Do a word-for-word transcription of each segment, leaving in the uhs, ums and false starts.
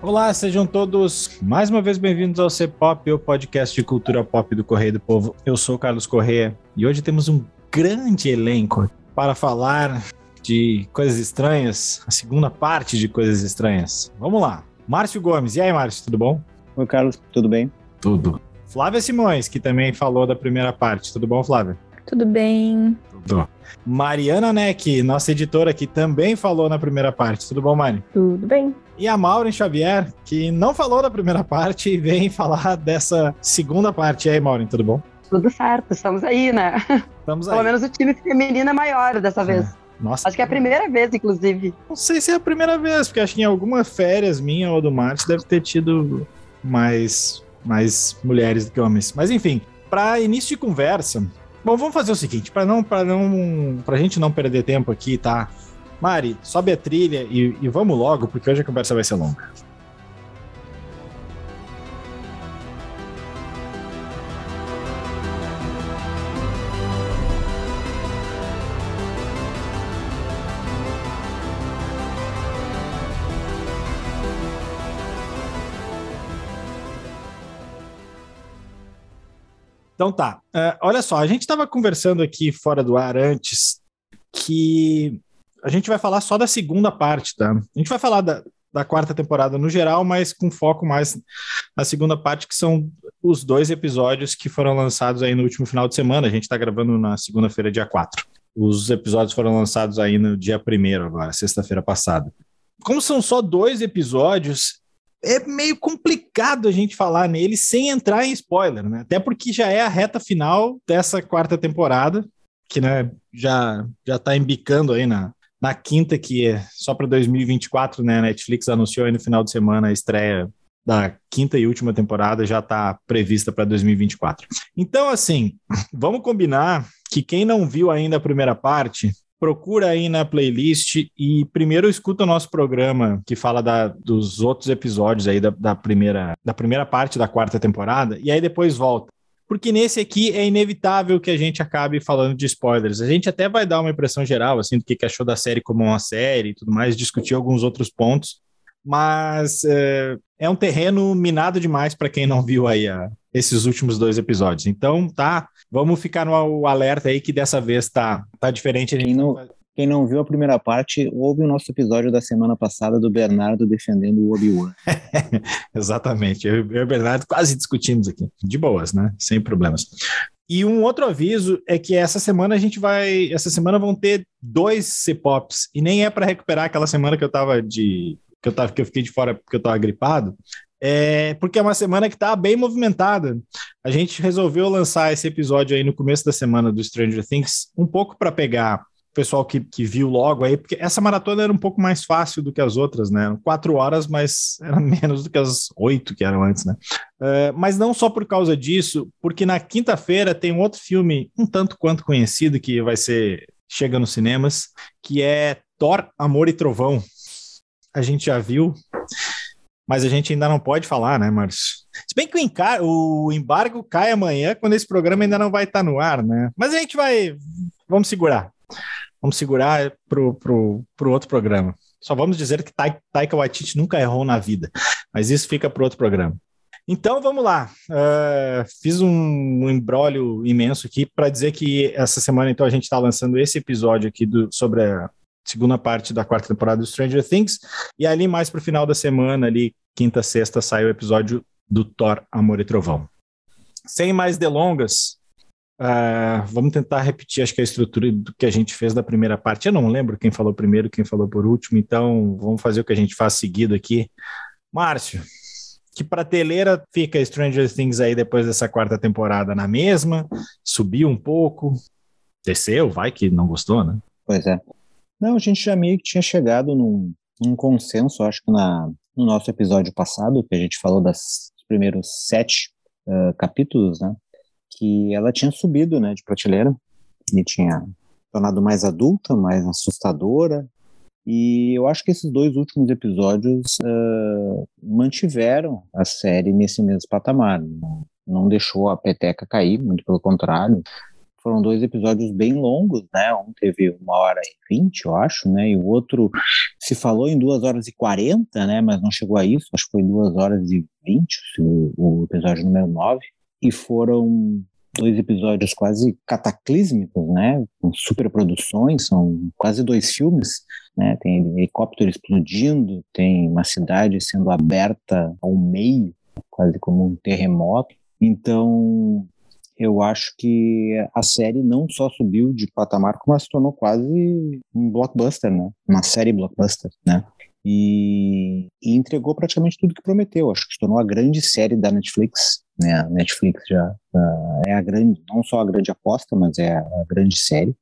Olá, sejam todos mais uma vez bem-vindos ao C-Pop, o podcast de cultura pop do Correio do Povo. Eu sou o Carlos Corrêa e hoje temos um grande elenco para falar de coisas estranhas, a segunda parte de coisas estranhas. Vamos lá. Márcio Gomes. E aí, Márcio, tudo bom? Oi, Carlos, tudo bem? Tudo. Flávia Simões, que também falou da primeira parte. Tudo bom, Flávia? Tudo bem. Tudo. Mariana Neck, nossa editora, que também falou na primeira parte. Tudo bom, Mari? Tudo bem. E a Maureen Xavier, que não falou da primeira parte e vem falar dessa segunda parte. E aí, Maureen, tudo bom? Tudo certo, estamos aí, né? Estamos aí. Pelo menos o time feminino é maior dessa vez. É. Nossa, acho que é a primeira vez, inclusive. Não sei se é a primeira vez, porque acho que em alguma férias minha ou do Márcio deve ter tido mais, mais mulheres do que homens. Mas enfim, para início de conversa, bom, vamos fazer o seguinte, para não, para não, pra gente não perder tempo aqui, tá? Mari, sobe a trilha e, e vamos logo, porque hoje a conversa vai ser longa. Então tá, uh, olha só, a gente estava conversando aqui fora do ar antes que a gente vai falar só da segunda parte, tá? A gente vai falar da, da quarta temporada no geral, mas com foco mais na segunda parte, que são os dois episódios que foram lançados aí no último final de semana. A gente tá gravando na segunda-feira, dia quatro. Os episódios foram lançados aí no dia primeiro agora, sexta-feira passada. Como são só dois episódios, é meio complicado a gente falar neles sem entrar em spoiler, né? Até porque já é a reta final dessa quarta temporada, que, né, já, já tá embicando aí na Na quinta, que é só para dois mil e vinte e quatro, né? A Netflix anunciou aí no final de semana a estreia da quinta e última temporada, já está prevista para dois mil e vinte e quatro. Então, assim, vamos combinar que quem não viu ainda a primeira parte, procura aí na playlist e primeiro escuta o nosso programa que fala da, dos outros episódios aí da, da, primeira, da primeira parte da quarta temporada, e aí depois volta. Porque nesse aqui é inevitável que a gente acabe falando de spoilers. A gente até vai dar uma impressão geral, assim, do que achou da série como uma série e tudo mais, discutir alguns outros pontos, mas é, é um terreno minado demais para quem não viu aí a, esses últimos dois episódios. Então, tá, vamos ficar no alerta aí que dessa vez tá, tá diferente. A gente quem, não, quem não viu a primeira parte, ouve o nosso episódio da semana passada do Bernardo defendendo o Obi-Wan. Exatamente, eu, eu e o Bernardo quase discutimos aqui, de boas, né, sem problemas. E um outro aviso é que essa semana a gente vai, essa semana vão ter dois C-Pops, e nem é para recuperar aquela semana que eu tava de, que eu, tava, que eu fiquei de fora porque eu tava gripado, é porque é uma semana que tá bem movimentada. A gente resolveu lançar esse episódio aí no começo da semana do Stranger Things, um pouco para pegar o pessoal que, que viu logo aí, porque essa maratona era um pouco mais fácil do que as outras, né? Quatro horas, mas era menos do que as oito que eram antes, né? Uh, mas não só por causa disso, porque na quinta-feira tem um outro filme um tanto quanto conhecido que vai ser, chega nos cinemas, que é Thor, Amor e Trovão. A gente já viu, mas a gente ainda não pode falar, né, Márcio? Se bem que o, encar- o embargo cai amanhã, quando esse programa ainda não vai estar no ar, né? Mas a gente vai... Vamos segurar. Vamos segurar pro, pro, pro outro programa. Só vamos dizer que Ta- Taika Waititi nunca errou na vida. Mas isso fica pro outro programa. Então, vamos lá. Uh, fiz um, um imbróglio imenso aqui para dizer que essa semana, então, a gente está lançando esse episódio aqui do, sobre a segunda parte da quarta temporada do Stranger Things. E ali, mais pro final da semana, ali, quinta, sexta, sai o episódio do Thor, Amor e Trovão. Sem mais delongas, Uh, vamos tentar repetir, acho que a estrutura do que a gente fez da primeira parte. Eu não lembro quem falou primeiro, quem falou por último, então vamos fazer o que a gente faz seguido aqui. Márcio, que prateleira fica Stranger Things aí depois dessa quarta temporada? Na mesma? Subiu um pouco? Desceu? Vai que não gostou, né? Pois é. Não, a gente já meio que tinha chegado num, num consenso, acho que na, no nosso episódio passado, que a gente falou das, dos primeiros sete uh, capítulos, né? Que ela tinha subido, né, de prateleira e tinha tornado mais adulta, mais assustadora, e eu acho que esses dois últimos episódios uh, mantiveram a série nesse mesmo patamar, não, não deixou a peteca cair, muito pelo contrário, foram dois episódios bem longos, né? Um teve uma hora e vinte, eu acho, né? E o outro se falou em duas horas e quarenta, né? Mas não chegou a isso, acho que foi duas horas e vinte, o, o episódio número nove. E foram dois episódios quase cataclísmicos, né? Com superproduções, são quase dois filmes, né? Tem helicóptero explodindo, tem uma cidade sendo aberta ao meio, quase como um terremoto. Então, eu acho que a série não só subiu de patamar, como ela se tornou quase um blockbuster, né? Uma série blockbuster, né? E, e entregou praticamente tudo que prometeu. Acho que se tornou a grande série da Netflix, né? A Netflix já uh, é a grande, não só a grande aposta, mas é a, a grande série.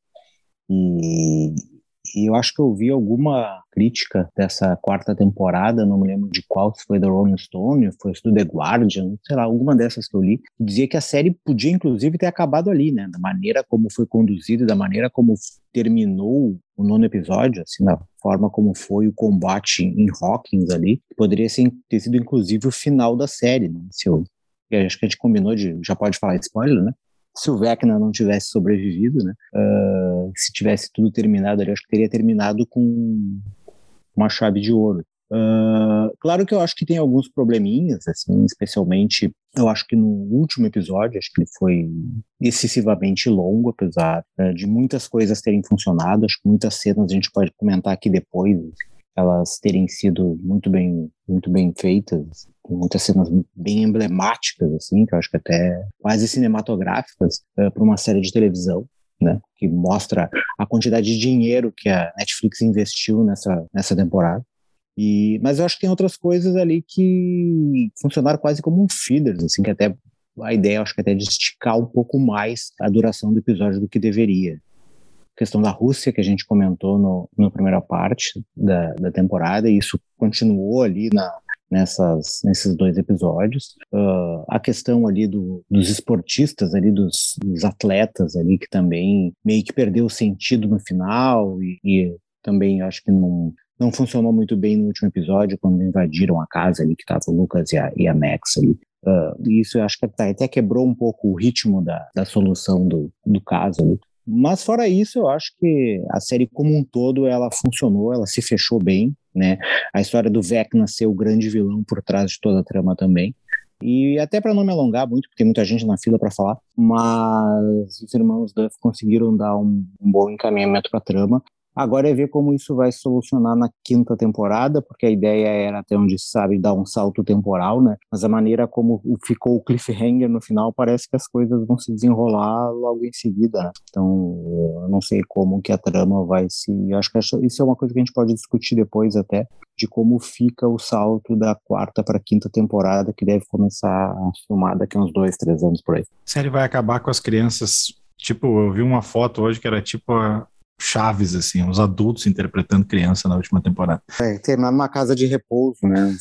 E, e eu acho que eu vi alguma crítica dessa quarta temporada, não me lembro de qual, se foi da Rolling Stone, foi do The Guardian, sei lá, alguma dessas que eu li, que dizia que a série podia inclusive ter acabado ali, né, da maneira como foi conduzida, da maneira como terminou o nono episódio, assim, da forma como foi o combate em Hawkins ali, poderia ser, ter sido inclusive o final da série, né, se eu, acho que a gente combinou de, já pode falar spoiler, né, se o Vecna não tivesse sobrevivido, né, uh, se tivesse tudo terminado ali, acho que teria terminado com uma chave de ouro. Uh, claro que eu acho que tem alguns probleminhas, assim, especialmente, eu acho que no último episódio, acho que ele foi excessivamente longo, apesar uh, de muitas coisas terem funcionado, acho que muitas cenas a gente pode comentar aqui depois, elas terem sido muito bem, muito bem feitas, muitas cenas bem emblemáticas, assim, que eu acho que até quase cinematográficas uh, para uma série de televisão, né, que mostra a quantidade de dinheiro que a Netflix investiu nessa, nessa temporada. E, mas eu acho que tem outras coisas ali que funcionaram quase como um fillers, assim, que até a ideia, eu acho que até de esticar um pouco mais a duração do episódio do que deveria. A questão da Rússia, que a gente comentou no, na primeira parte da, da temporada, e isso continuou ali na, nessas, nesses dois episódios. Uh, a questão ali do, dos esportistas, ali, dos, dos atletas ali, que também meio que perdeu o sentido no final, e, e também acho que não, não funcionou muito bem no último episódio, quando invadiram a casa ali, que estava o Lucas e a, e a Max ali. Uh, isso eu acho que até quebrou um pouco o ritmo da, da solução do, do caso ali. Mas fora isso, eu acho que a série como um todo, ela funcionou, ela se fechou bem, né? A história do Vecna ser o grande vilão por trás de toda a trama também. E até para não me alongar muito, porque tem muita gente na fila para falar, mas os irmãos Duff conseguiram dar um, um bom encaminhamento para a trama. Agora é ver como isso vai solucionar na quinta temporada, porque a ideia era, até onde se sabe, dar um salto temporal, né? Mas a maneira como ficou o cliffhanger no final, parece que as coisas vão se desenrolar logo em seguida, né? Então, eu não sei como que a trama vai se... Eu acho que isso é uma coisa que a gente pode discutir depois até, de como fica o salto da quarta para a quinta temporada, que deve começar a filmar daqui a uns dois, três anos por aí. A série vai acabar com as crianças, tipo, eu vi uma foto hoje que era tipo a Chaves, assim, os adultos interpretando criança na última temporada. É, terminar numa casa de repouso, né?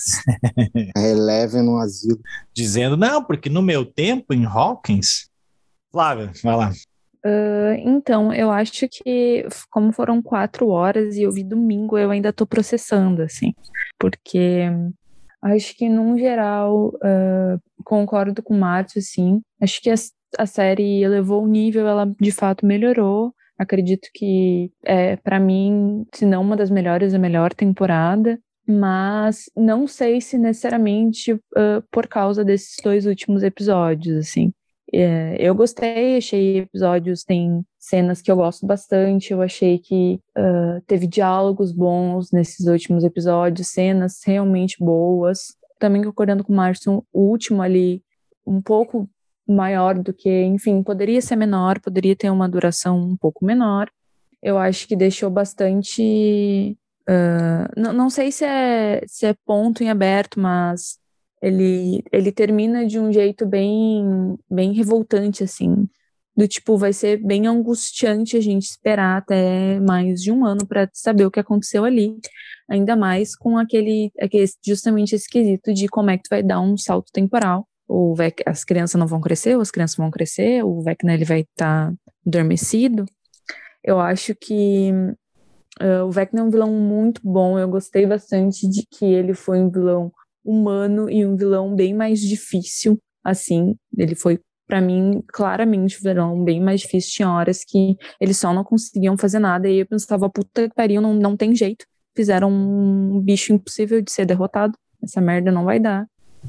A Eleven no asilo. Dizendo, não, porque no meu tempo em Hawkins... Flávia, vai lá. Uh, então, eu acho que como foram quatro horas e eu vi domingo, eu ainda tô processando, assim, porque acho que, num geral, uh, concordo com o Márcio, assim, acho que a, a série elevou o nível, ela de fato melhorou. Acredito que, é, para mim, se não uma das melhores, a melhor temporada, mas não sei se necessariamente uh, por causa desses dois últimos episódios, assim. É, eu gostei, achei episódios, tem cenas que eu gosto bastante, eu achei que uh, teve diálogos bons nesses últimos episódios, cenas realmente boas. Também concordando com o Márcio, o último ali, um pouco maior do que, enfim, poderia ser menor, poderia ter uma duração um pouco menor. Eu acho que deixou bastante... Uh, não, não sei se é, se é ponto em aberto, mas ele, ele termina de um jeito bem, bem revoltante, assim. Do tipo, vai ser bem angustiante a gente esperar até mais de um ano para saber o que aconteceu ali. Ainda mais com aquele, aquele justamente esse quesito de como é que tu vai dar um salto temporal. O Vec, as crianças não vão crescer, ou as crianças vão crescer, o Vecna ele vai estar tá adormecido. Eu acho que uh, o Vecna é um vilão muito bom, eu gostei bastante de que ele foi um vilão humano e um vilão bem mais difícil, assim, ele foi pra mim, claramente, o verão bem mais difícil. Tinha horas que eles só não conseguiam fazer nada, e eu pensava, puta que pariu, não, não tem jeito. Fizeram um bicho impossível de ser derrotado. Essa merda não vai dar.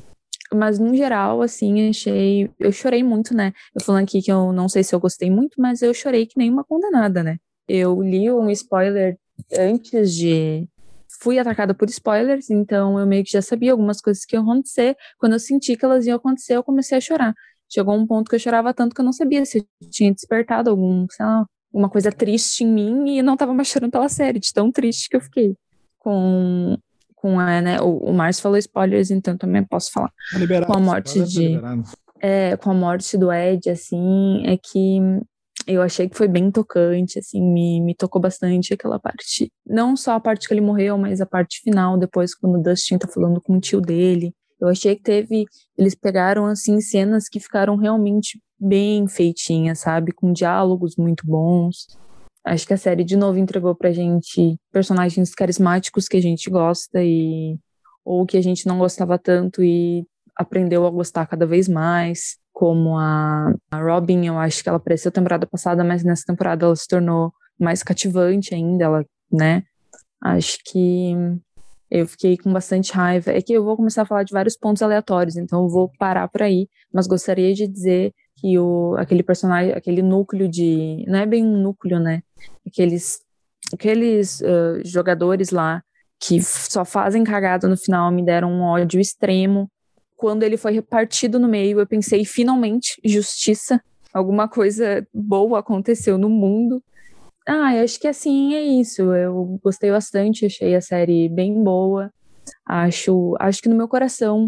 Mas, no geral, assim, achei... Eu chorei muito, né? Eu falando aqui que eu não sei se eu gostei muito, mas eu chorei que nem uma condenada, né? Eu li um spoiler antes de... Fui atacada por spoilers, então eu meio que já sabia algumas coisas que iam acontecer. Quando eu senti que elas iam acontecer, eu comecei a chorar. Chegou um ponto que eu chorava tanto que eu não sabia se eu tinha despertado algum, sei lá, alguma coisa triste em mim e não tava mais chorando pela série, de tão triste que eu fiquei. Com... com a, né, o, o Márcio falou spoilers, então também posso falar. Tá liberado, com a morte de é, com a morte do Ed, assim, é que eu achei que foi bem tocante, assim, me, me tocou bastante aquela parte, não só a parte que ele morreu, mas a parte final, depois quando o Dustin tá falando com o tio dele. Eu achei que teve, eles pegaram, assim, cenas que ficaram realmente bem feitinhas, sabe, com diálogos muito bons. Acho que a série, de novo, entregou pra gente personagens carismáticos que a gente gosta e ou que a gente não gostava tanto e aprendeu a gostar cada vez mais, como a, a Robin. Eu acho que ela apareceu temporada passada, mas nessa temporada ela se tornou mais cativante ainda, ela, né? Acho que eu fiquei com bastante raiva. É que eu vou começar a falar de vários pontos aleatórios, então eu vou parar por aí, mas gostaria de dizer que o, aquele personagem, aquele núcleo de... Não é bem um núcleo, né? Aqueles, aqueles uh, jogadores lá que só fazem cagada no final me deram um ódio extremo. Quando ele foi repartido no meio, eu pensei, finalmente, justiça. Alguma coisa boa aconteceu no mundo. Ah, eu acho que assim é isso. Eu gostei bastante, achei a série bem boa. Acho, acho que no meu coração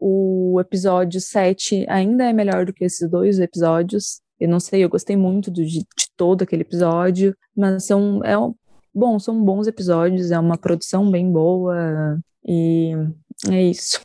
o episódio sete ainda é melhor do que esses dois episódios. Eu não sei, eu gostei muito do, de, de todo aquele episódio, mas são, é, bom, são bons episódios, é uma produção bem boa, e é isso.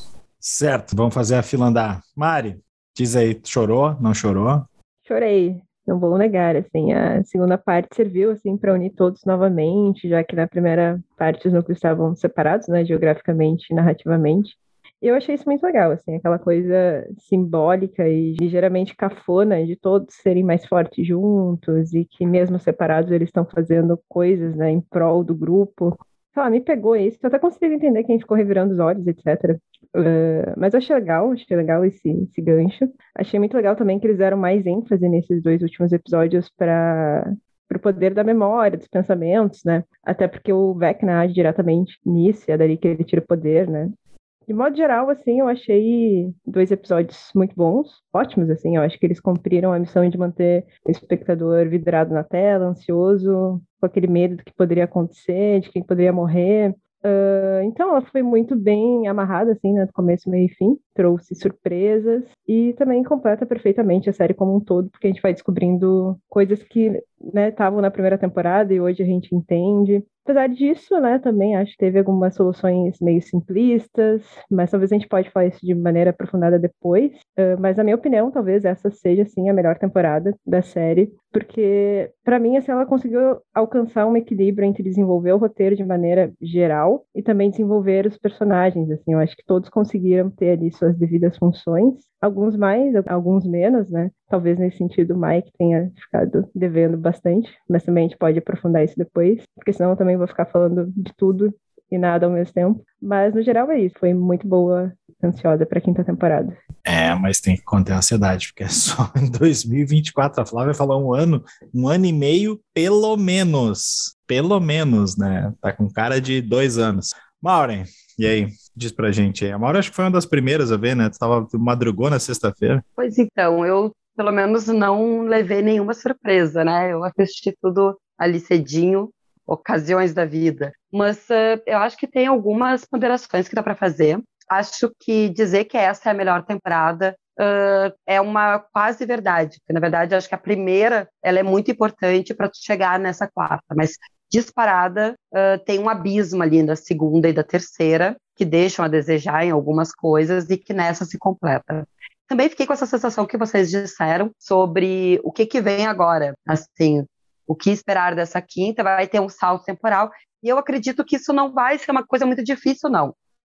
Certo, vamos fazer a fila andar. Mari, diz aí, chorou, não chorou? Chorei, não vou negar, assim, a segunda parte serviu, assim, para unir todos novamente, já que na primeira parte os núcleos estavam separados, né, geograficamente e narrativamente. E eu achei isso muito legal, assim, aquela coisa simbólica e ligeiramente cafona de todos serem mais fortes juntos e que mesmo separados eles estão fazendo coisas, né, em prol do grupo. Sei lá, me pegou isso, eu até consigo entender quem ficou revirando os olhos, etcétera. Uh, mas eu achei legal, achei legal esse, esse gancho. Achei muito legal também que eles deram mais ênfase nesses dois últimos episódios para o poder da memória, dos pensamentos, né? Até porque o Vecna age diretamente nisso, e é dali que ele tira o poder, né? De modo geral, assim, eu achei dois episódios muito bons, ótimos, assim, eu acho que eles cumpriram a missão de manter o espectador vidrado na tela, ansioso, com aquele medo do que poderia acontecer, de quem poderia morrer. Uh, então, ela foi muito bem amarrada, assim, né, do começo, meio e fim, trouxe surpresas e também completa perfeitamente a série como um todo, porque a gente vai descobrindo coisas que, né, estavam na primeira temporada e hoje a gente entende. Apesar disso, né, também acho que teve algumas soluções meio simplistas, mas talvez a gente pode falar isso de maneira aprofundada depois. Uh, mas na minha opinião, talvez essa seja, sim, a melhor temporada da série, porque, para mim, assim, ela conseguiu alcançar um equilíbrio entre desenvolver o roteiro de maneira geral e também desenvolver os personagens, assim, eu acho que todos conseguiram ter ali suas devidas funções, alguns mais, alguns menos, né, talvez nesse sentido o Mike tenha ficado devendo bastante, mas também a gente pode aprofundar isso depois, porque senão eu também vou ficar falando de tudo e nada ao mesmo tempo, mas no geral é isso, foi muito boa, ansiosa para a quinta temporada. É, mas tem que conter a ansiedade, porque é só em dois mil e vinte e quatro, a Flávia falou um ano, um ano e meio, pelo menos, pelo menos, né, tá com cara de dois anos. Maureen, e aí, diz pra gente aí, a Maureen acho que foi uma das primeiras a ver, né, tu, tava, tu madrugou na sexta-feira. Pois então, eu pelo menos não levei nenhuma surpresa, né, eu assisti tudo ali cedinho, ocasiões da vida, mas uh, eu acho que tem algumas ponderações que dá para fazer. Acho que dizer que essa é a melhor temporada uh, é uma quase verdade, porque na verdade acho que a primeira ela é muito importante para tu chegar nessa quarta, mas disparada uh, tem um abismo ali da segunda e da terceira que deixam a desejar em algumas coisas e que nessa se completa. Também fiquei com essa sensação que vocês disseram sobre o que, que vem agora, assim, o que esperar dessa quinta, vai ter um salto temporal, e eu acredito que isso não vai ser uma coisa muito difícil, não.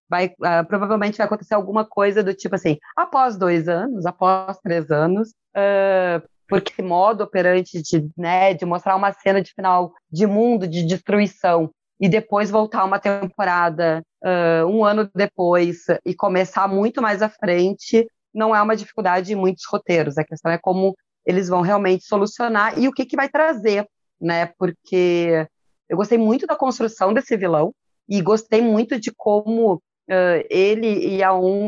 vai, uh, provavelmente vai acontecer alguma coisa do tipo assim, após dois anos, após três anos, uh, porque esse modo operante de, né, de mostrar uma cena de final de mundo, de destruição, e depois voltar uma temporada uh, um ano depois e começar muito mais à frente, não é uma dificuldade em muitos roteiros. A questão é como eles vão realmente solucionar e o que, que vai trazer, né? Porque eu gostei muito da construção desse vilão e gostei muito de como uh, ele e a Um uh,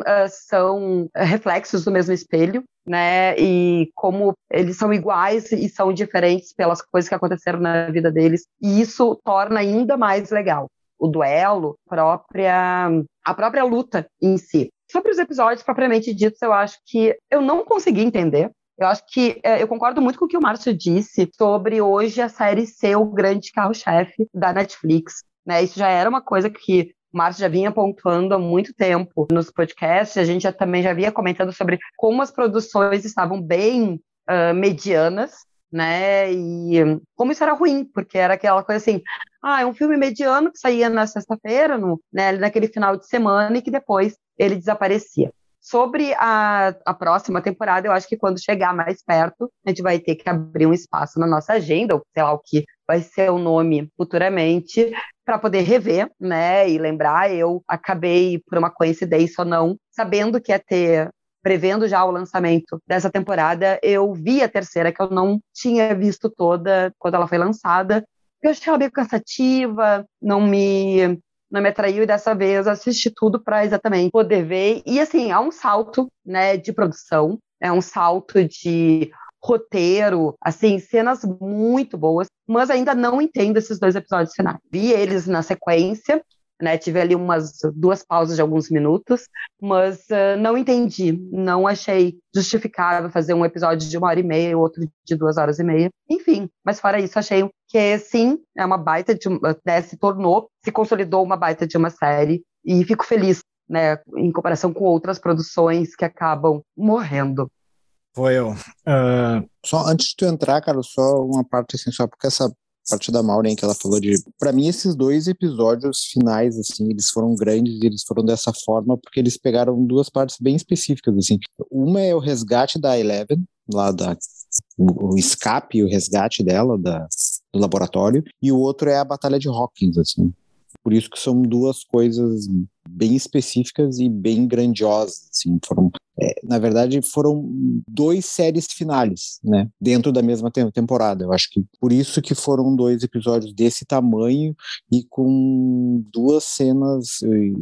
são reflexos do mesmo espelho, né? E como eles são iguais e são diferentes pelas coisas que aconteceram na vida deles. E isso torna ainda mais legal o duelo, a própria, a própria luta em si. Sobre os episódios propriamente ditos, eu acho que eu não consegui entender. Eu acho que é, eu concordo muito com o que o Márcio disse sobre hoje a série ser o grande carro-chefe da Netflix, né? Isso já era uma coisa que o Márcio já vinha pontuando há muito tempo nos podcasts. A gente já, também já vinha comentando sobre como as produções estavam bem uh, medianas, né? E como isso era ruim, porque era aquela coisa assim, ah, é um filme mediano que saía na sexta-feira, no, né, naquele final de semana, e que depois ele desaparecia. Sobre a, a próxima temporada, eu acho que quando chegar mais perto, a gente vai ter que abrir um espaço na nossa agenda, ou sei lá o que vai ser o nome futuramente, para poder rever, né, e lembrar. Eu acabei, por uma coincidência ou não, sabendo que ia ter, prevendo já o lançamento dessa temporada, eu vi a terceira, que eu não tinha visto toda quando ela foi lançada. Eu achei ela meio cansativa, não me... não me atraiu, e dessa vez assisti tudo para exatamente poder ver. E assim, há um salto, né, de produção, é um salto de roteiro, assim, cenas muito boas, mas ainda não entendo esses dois episódios finais. Vi eles na sequência, né, tive ali umas duas pausas de alguns minutos, mas uh, não entendi, não achei justificável fazer um episódio de uma hora e meia e outro de duas horas e meia, enfim, mas fora isso, achei que sim, é uma baita de uma, né, se tornou, se consolidou uma baita de uma série, e fico feliz, né, em comparação com outras produções que acabam morrendo. Foi eu. Uh... Só antes de tu entrar, cara, só uma parte assim, só porque essa parte da Maureen que ela falou de... Pra mim, esses dois episódios finais, assim, eles foram grandes e eles foram dessa forma porque eles pegaram duas partes bem específicas, assim. Uma é o resgate da Eleven, lá da... o, o escape e o resgate dela da, do laboratório, e o outro é a Batalha de Hawkins, assim. Por isso que são duas coisas bem específicas e bem grandiosas, assim, foram, é, na verdade, foram dois séries finais, né, dentro da mesma te- temporada. Eu acho que por isso que foram dois episódios desse tamanho e com duas cenas,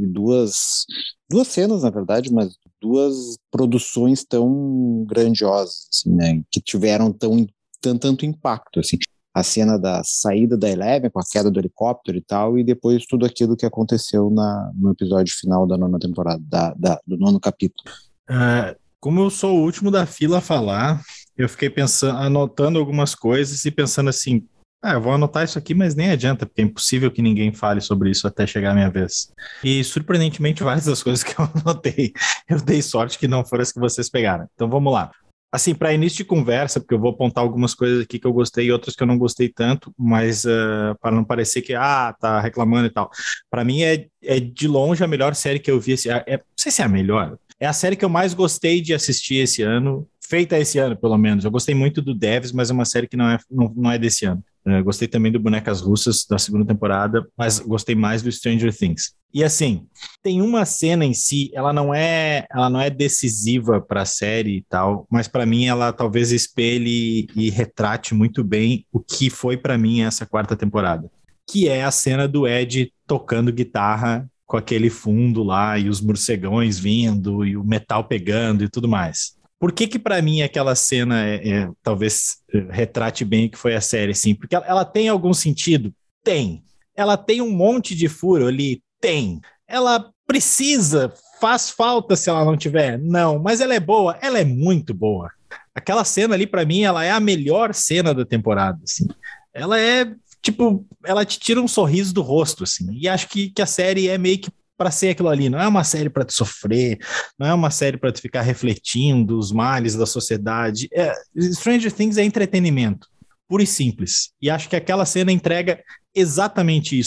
duas, duas cenas, na verdade, mas duas produções tão grandiosas, assim, né, que tiveram tão, tão, tanto impacto, assim. A cena da saída da Eleven, com a queda do helicóptero e tal, e depois tudo aquilo que aconteceu na, no episódio final da nona temporada, da, da, do nono capítulo. Uh, como eu sou o último da fila a falar, eu fiquei pensando, anotando algumas coisas e pensando assim, ah, eu vou anotar isso aqui, mas nem adianta, porque é impossível que ninguém fale sobre isso até chegar a minha vez. E, surpreendentemente, várias das coisas que eu anotei, eu dei sorte que não foram as que vocês pegaram. Então, vamos lá. Assim, para início de conversa, porque eu vou apontar algumas coisas aqui que eu gostei e outras que eu não gostei tanto, mas uh, para não parecer que, ah, tá reclamando e tal. Para mim é, é de longe a melhor série que eu vi esse ano. É, não sei se é a melhor. É a série que eu mais gostei de assistir esse ano, feita esse ano, pelo menos. Eu gostei muito do Devs, mas é uma série que não é, não, não é desse ano. Eu gostei também do Bonecas Russas, da segunda temporada, mas gostei mais do Stranger Things. E assim, tem uma cena em si, ela não é, ela não é decisiva para a série e tal, mas para mim ela talvez espelhe e retrate muito bem o que foi para mim essa quarta temporada, que é a cena do Ed tocando guitarra com aquele fundo lá e os morcegões vindo e o metal pegando e tudo mais. Por que que pra mim aquela cena é, é, talvez retrate bem o que foi a série, assim? Porque ela, ela tem algum sentido? Tem. Ela tem um monte de furo ali? Tem. Ela precisa, faz falta se ela não tiver? Não. Mas ela é boa? Ela é muito boa. Aquela cena ali, pra mim, ela é a melhor cena da temporada, assim. Ela é, tipo, ela te tira um sorriso do rosto, assim. E acho que, que a série é meio que para ser aquilo ali, não é uma série para te sofrer, não é uma série para te ficar refletindo os males da sociedade. É, Stranger Things é entretenimento, puro e simples. E acho que aquela cena entrega exatamente isso, assim.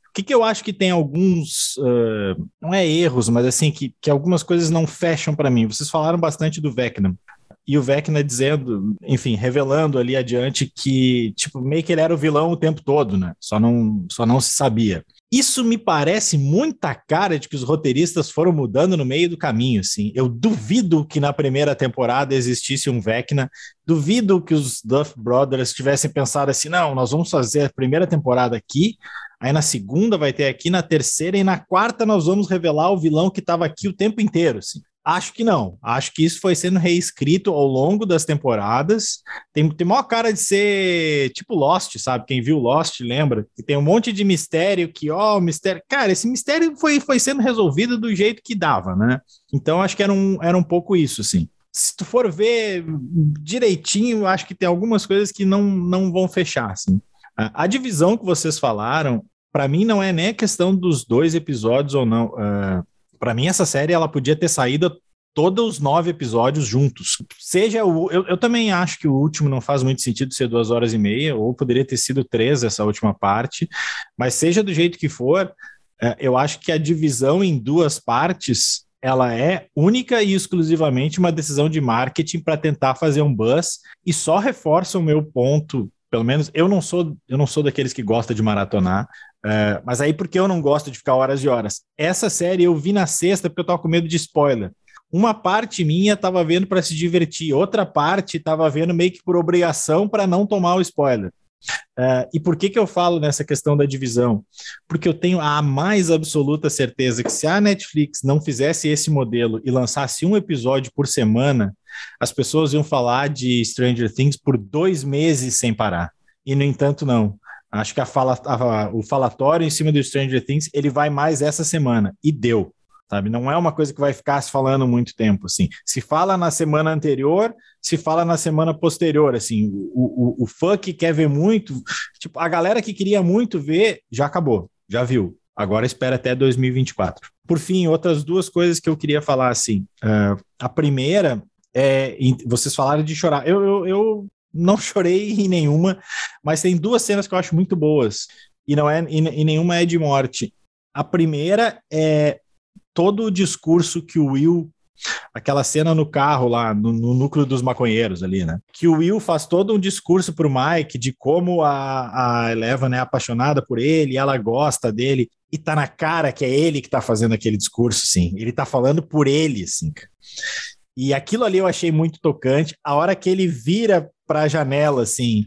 O que, que eu acho que tem alguns, uh, não é erros, mas assim, que, que algumas coisas não fecham para mim. Vocês falaram bastante do Vecna. E o Vecna dizendo, enfim, revelando ali adiante que, tipo, meio que ele era o vilão o tempo todo, né? Só não, só não se sabia. Isso me parece muita cara de que os roteiristas foram mudando no meio do caminho, assim. Eu duvido que na primeira temporada existisse um Vecna, duvido que os Duff Brothers tivessem pensado assim, não, nós vamos fazer a primeira temporada aqui, aí na segunda vai ter aqui, na terceira e na quarta nós vamos revelar o vilão que estava aqui o tempo inteiro, assim. Acho que não. Acho que isso foi sendo reescrito ao longo das temporadas. Tem, tem maior cara de ser tipo Lost, sabe? Quem viu Lost lembra que tem um monte de mistério que, ó, oh, mistério... Cara, esse mistério foi, foi sendo resolvido do jeito que dava, né? Então, acho que era um, era um pouco isso, assim. Se tu for ver direitinho, acho que tem algumas coisas que não, não vão fechar, assim. A, a divisão que vocês falaram, para mim, não é nem a questão dos dois episódios ou não... Uh, Para mim, essa série ela podia ter saído todos os nove episódios juntos. Seja o. Eu, eu também acho que o último não faz muito sentido ser duas horas e meia, ou poderia ter sido três essa última parte, mas seja do jeito que for, é, eu acho que a divisão em duas partes ela é única e exclusivamente uma decisão de marketing para tentar fazer um buzz e só reforça o meu ponto. Pelo menos eu não sou, eu não sou daqueles que gosta de maratonar. Uh, mas aí porque eu não gosto de ficar horas e horas. Essa série eu vi na sexta porque eu tava com medo de spoiler. Uma parte minha tava vendo para se divertir, outra parte tava vendo meio que por obrigação para não tomar o spoiler. Uh, e por que que eu falo nessa questão da divisão? Porque eu tenho a mais absoluta certeza que se a Netflix não fizesse esse modelo e lançasse um episódio por semana, as pessoas iam falar de Stranger Things por dois meses sem parar. E no entanto não. Acho que a fala, a, o falatório em cima do Stranger Things, ele vai mais essa semana. E deu, sabe? Não é uma coisa que vai ficar se falando muito tempo, assim. Se fala na semana anterior, se fala na semana posterior, assim. O, o, o fã que quer ver muito, tipo, a galera que queria muito ver, já acabou, já viu. Agora espera até dois mil e vinte e quatro. Por fim, outras duas coisas que eu queria falar, assim. Uh, a primeira, é, vocês falaram de chorar. Eu... eu, eu não chorei em nenhuma, mas tem duas cenas que eu acho muito boas, e, não é, e, e nenhuma é de morte. A primeira é todo o discurso que o Will, aquela cena no carro lá, no, no núcleo dos maconheiros ali, né? Que o Will faz todo um discurso pro Mike de como a, a Eleven é apaixonada por ele, ela gosta dele, e tá na cara que é ele que tá fazendo aquele discurso, sim. Ele tá falando por ele, assim. E aquilo ali eu achei muito tocante. A hora que ele vira para a janela, assim,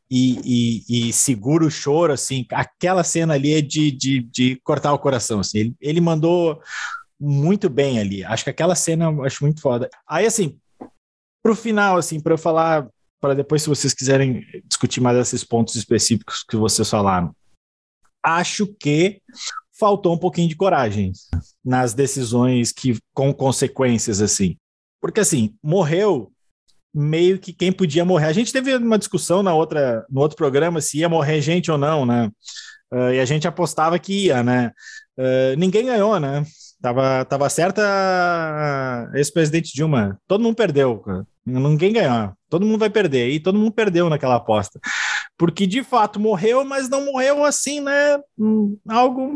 e, e, e segura o choro, assim, aquela cena ali é de, de, de cortar o coração, assim. Ele, ele mandou muito bem ali. Acho que aquela cena eu acho muito foda. Aí, assim, pro final, assim, para eu falar, para depois, se vocês quiserem discutir mais esses pontos específicos que vocês falaram, acho que faltou um pouquinho de coragem nas decisões que, com consequências, assim. Porque, assim, morreu meio que quem podia morrer. A gente teve uma discussão na outra, no outro programa se ia morrer gente ou não, né? Uh, e a gente apostava que ia, né? Uh, ninguém ganhou, né? Tava, tava certa ex-presidente Dilma. Todo mundo perdeu, cara. Ninguém ganhou. Todo mundo vai perder. E todo mundo perdeu naquela aposta. Porque, de fato, morreu, mas não morreu assim, né? Algo...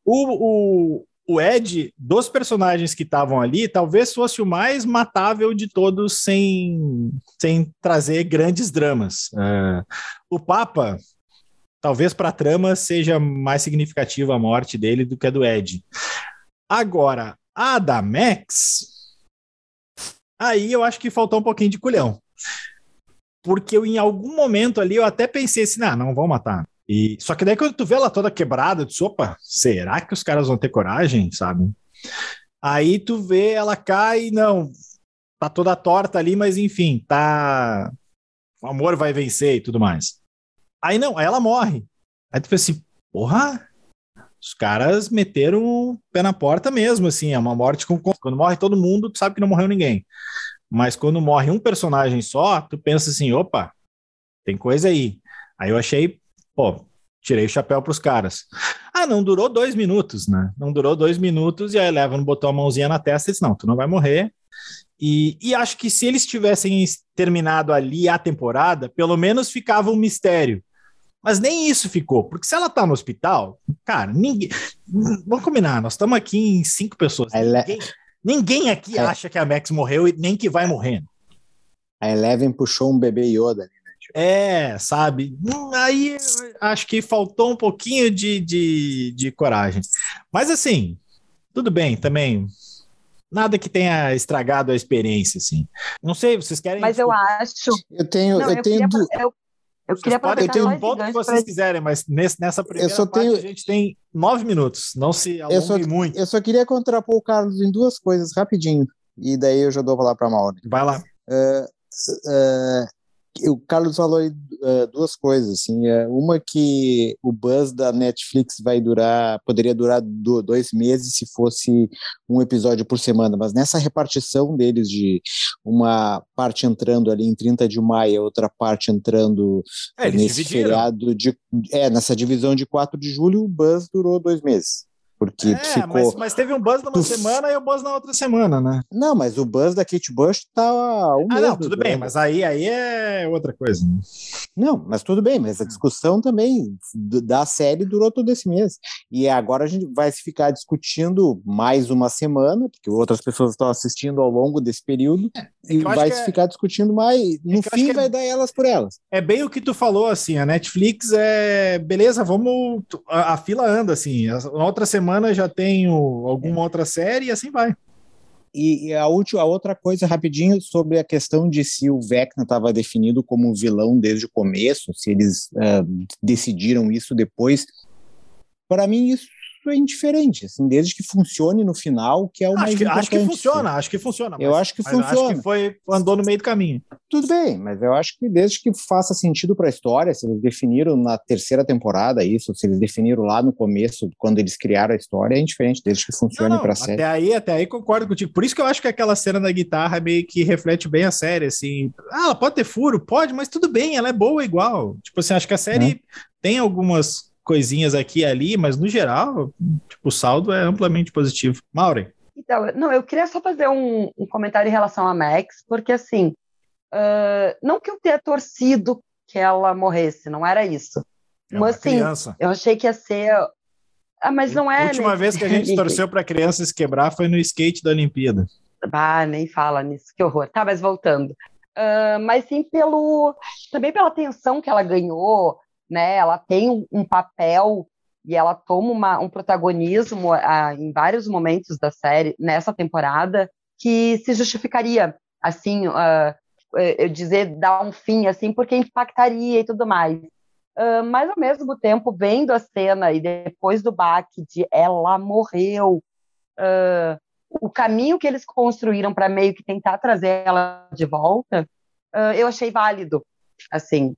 O... o O Ed, dos personagens que estavam ali, talvez fosse o mais matável de todos sem, sem trazer grandes dramas. Uh, o Papa, talvez para a trama seja mais significativa a morte dele do que a do Ed. Agora, a da Max, aí eu acho que faltou um pouquinho de culhão. Porque eu, em algum momento ali, eu até pensei assim, não, não vão matar. E, só que daí quando tu vê ela toda quebrada, tu diz, opa, será que os caras vão ter coragem, sabe? Aí tu vê, ela cai, não, tá toda torta ali, mas enfim, tá... O amor vai vencer e tudo mais. Aí não, aí ela morre. Aí tu pensa assim, porra, os caras meteram o pé na porta mesmo, assim, é uma morte com... Quando morre todo mundo, tu sabe que não morreu ninguém. Mas quando morre um personagem só, tu pensa assim, opa, tem coisa aí. Aí eu achei... Pô, tirei o chapéu para os caras. Ah, não durou dois minutos, né? Não durou dois minutos e a Eleven botou a mãozinha na testa e disse, não, tu não vai morrer. E, e acho que se eles tivessem terminado ali a temporada, pelo menos ficava um mistério. Mas nem isso ficou, porque se ela tá no hospital, cara, ninguém. Vamos combinar, nós estamos aqui em cinco pessoas. Ninguém, ninguém aqui é. acha que a Max morreu e nem que vai morrer. A Eleven puxou um bebê Yoda ali, né? Tipo. É, sabe? Aí acho que faltou um pouquinho de, de, de coragem. Mas assim, tudo bem também. Nada que tenha estragado a experiência, assim. Não sei, vocês querem... Mas eu acho... Eu tenho... Não, eu, eu tenho... Queria, eu, eu queria podem ter um ponto que vocês pra... quiserem, mas nesse, nessa primeira eu só parte tenho... a gente tem nove minutos. Não se alongue só, muito. Eu só queria contrapor o Carlos em duas coisas, rapidinho. E daí eu já dou a palavra para a Maura. Vai lá. Uh, uh, o Carlos falou aí, uh, duas coisas, assim, uh, uma que o buzz da Netflix vai durar, poderia durar do, dois meses se fosse um episódio por semana, mas nessa repartição deles de uma parte entrando ali em trinta de maio, a outra parte entrando é, nesse dividiram. feriado, de, é, nessa divisão de quatro de julho, o buzz durou dois meses. Porque é, ficou... mas, mas teve um buzz numa tu... semana e o um buzz na outra semana, né? Não, mas o buzz da Kate Bush tá um ah, mês. não, tudo bem, mas aí, aí é outra coisa. Né? Não, mas tudo bem, mas a discussão também da série durou todo esse mês. E agora a gente vai se ficar discutindo mais uma semana, porque outras pessoas estão assistindo ao longo desse período, é, é e vai se é... ficar discutindo mais. No é fim, vai é... dar elas por elas. É bem o que tu falou, assim, a Netflix é... Beleza, vamos... A, a fila anda, assim, na outra semana já tenho alguma é. outra série e assim vai. E, e a, última, a outra coisa, rapidinho, sobre a questão de se o Vecna estava definido como vilão desde o começo, se eles uh, decidiram isso depois. Para mim, isso é indiferente, assim, desde que funcione no final, que é o acho mais que, importante. Acho que funciona, acho que funciona. Eu acho que funciona. Acho que foi, andou no meio do caminho. Tudo bem, mas eu acho que desde que faça sentido para a história, se eles definiram na terceira temporada isso, se eles definiram lá no começo, quando eles criaram a história, é indiferente, desde que funcione para a série. Até aí, até aí concordo contigo. Por isso que eu acho que aquela cena da guitarra meio que reflete bem a série, assim. Ah, ela pode ter furo? Pode, mas tudo bem, ela é boa igual. Tipo assim, acho que a série é. tem algumas coisinhas aqui e ali, mas no geral, tipo, o saldo é amplamente positivo. Maureen? Então, não, eu queria só fazer um, um comentário em relação a Max, porque assim, uh, não que eu tenha torcido que ela morresse, não era isso. É mas sim, criança. Eu achei que ia ser... Ah, mas não é... A última vez que a gente torceu para criança se quebrar foi no skate da Olimpíada. Ah, nem fala nisso, que horror. Tá, mas voltando. Uh, mas sim pelo... Também pela atenção que ela ganhou, né? Ela tem um, um papel e ela toma uma, um protagonismo uh, em vários momentos da série, nessa temporada, que se justificaria, assim, uh, eu dizer, dar um fim, assim, porque impactaria e tudo mais. Uh, mas, ao mesmo tempo, vendo a cena e depois do baque de ela morreu, uh, o caminho que eles construíram para meio que tentar trazer ela de volta, uh, eu achei válido, assim.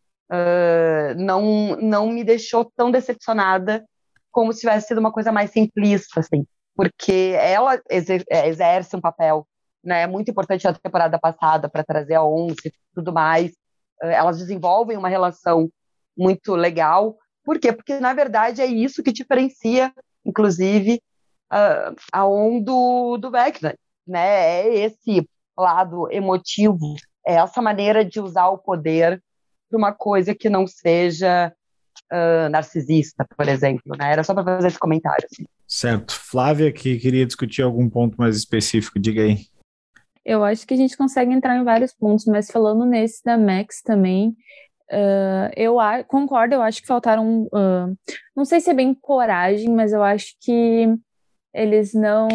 Uh, não, não me deixou tão decepcionada como se tivesse sido uma coisa mais simplista, assim, porque ela exer- exerce um papel, né, muito importante na temporada passada para trazer a Once e tudo mais. Uh, elas desenvolvem uma relação muito legal. Por quê? Porque, na verdade, é isso que diferencia, inclusive, uh, a On do, do Vecna, né? É esse lado emotivo, é essa maneira de usar o poder para uma coisa que não seja uh, narcisista, por exemplo, né? Era só para fazer esse comentário. Assim. Certo. Flávia, que queria discutir algum ponto mais específico, diga aí. Eu acho que a gente consegue entrar em vários pontos, mas falando nesse da Max também, uh, eu a- concordo, eu acho que faltaram, uh, não sei se é bem coragem, mas eu acho que eles não...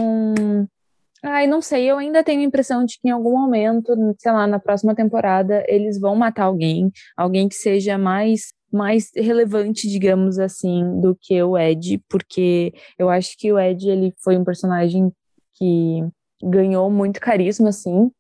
Ai, não sei, eu ainda tenho a impressão de que em algum momento, sei lá, na próxima temporada, eles vão matar alguém, alguém que seja mais, mais relevante, digamos assim, do que o Ed, porque eu acho que o Ed, ele foi um personagem que ganhou muito carisma, assim,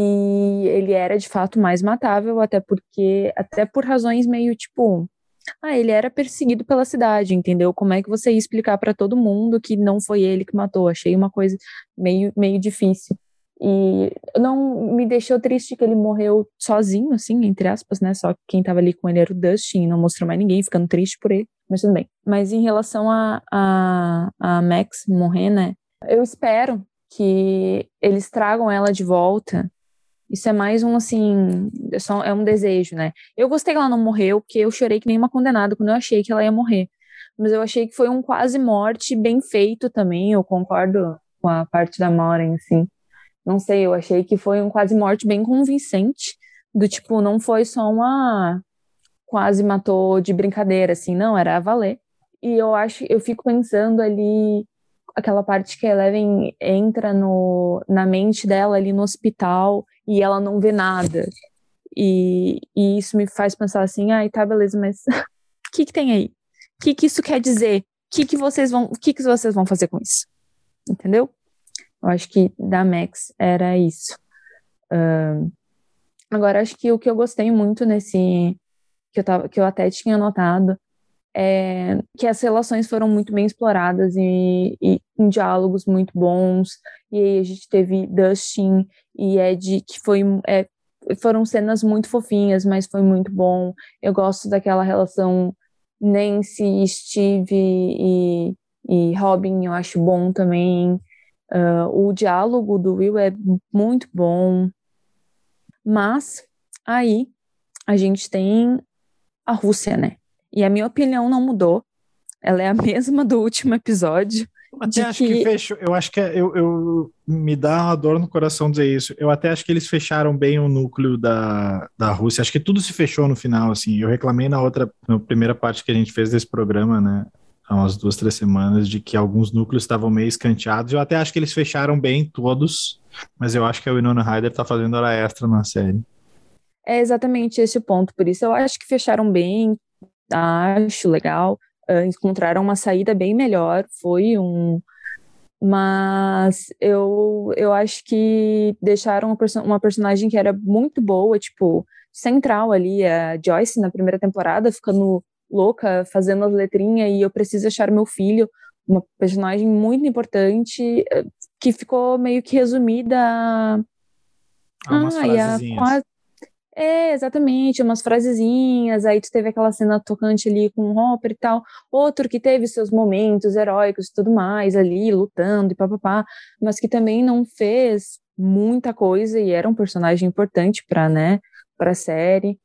e ele era, de fato, mais matável, até porque, até por razões meio, tipo... Ah, ele era perseguido pela cidade, entendeu? Como é que você ia explicar pra todo mundo que não foi ele que matou? Achei uma coisa meio, meio difícil. E não me deixou triste que ele morreu sozinho, assim, entre aspas, né? Só que quem tava ali com ele era o Dustin, e não mostrou mais ninguém, ficando triste por ele. Mas tudo bem. Mas em relação a, a, a Max morrer, né? Eu espero que eles tragam ela de volta Isso é mais um, assim, é, só, é um desejo, né? Eu gostei que ela não morreu, porque eu chorei que nem uma condenada quando eu achei que ela ia morrer. Mas eu achei que foi um quase morte bem feito também, eu concordo com a parte da Maureen, assim. Não sei, eu achei que foi um quase morte bem convincente, do tipo, não foi só uma quase matou de brincadeira, assim, não, era a valer. E eu acho, eu fico pensando ali, aquela parte que a Eleven entra no, na mente dela ali no hospital e ela não vê nada. E, e isso me faz pensar assim, ai, tá, beleza, mas o que que tem aí? O que que isso quer dizer? O que que vocês vão, o que que vocês vão fazer com isso? Entendeu? Eu acho que da Max era isso. Uh, agora, acho que o que eu gostei muito nesse, que eu, tava, que eu até tinha notado, é que as relações foram muito bem exploradas e, e em diálogos muito bons. E aí a gente teve Dustin e Ed, que foi, é, foram cenas muito fofinhas, mas foi muito bom. Eu gosto daquela relação Nancy, Steve e, e Robin, eu acho bom também. Uh, o diálogo do Will é muito bom, mas aí a gente tem a Rússia, né? E a minha opinião não mudou, ela é a mesma do último episódio. Eu até acho que... que fechou, eu acho que é, eu, eu me dá uma dor no coração dizer isso. Eu até acho que eles fecharam bem o núcleo da, da Rússia. Acho que tudo se fechou no final, assim. Eu reclamei na outra, na primeira parte que a gente fez desse programa, né? Há umas duas, três semanas, de que alguns núcleos estavam meio escanteados. Eu até acho que eles fecharam bem todos, mas eu acho que a Winona Ryder tá fazendo hora extra na série. É exatamente esse o ponto, por isso eu acho que fecharam bem, acho legal, uh, encontraram uma saída bem melhor, foi um... Mas eu, eu acho que deixaram uma, perso- uma personagem que era muito boa, tipo, central ali, a Joyce na primeira temporada, ficando louca, fazendo as letrinhas, e eu preciso achar meu filho, uma personagem muito importante, que ficou meio que resumida a... Ah, umas ah, frasezinhas. A... É, exatamente, umas frasezinhas, aí tu teve aquela cena tocante ali com o Hopper e tal, outro que teve seus momentos heróicos e tudo mais ali, lutando e papapá, mas que também não fez muita coisa e era um personagem importante pra, né, pra série.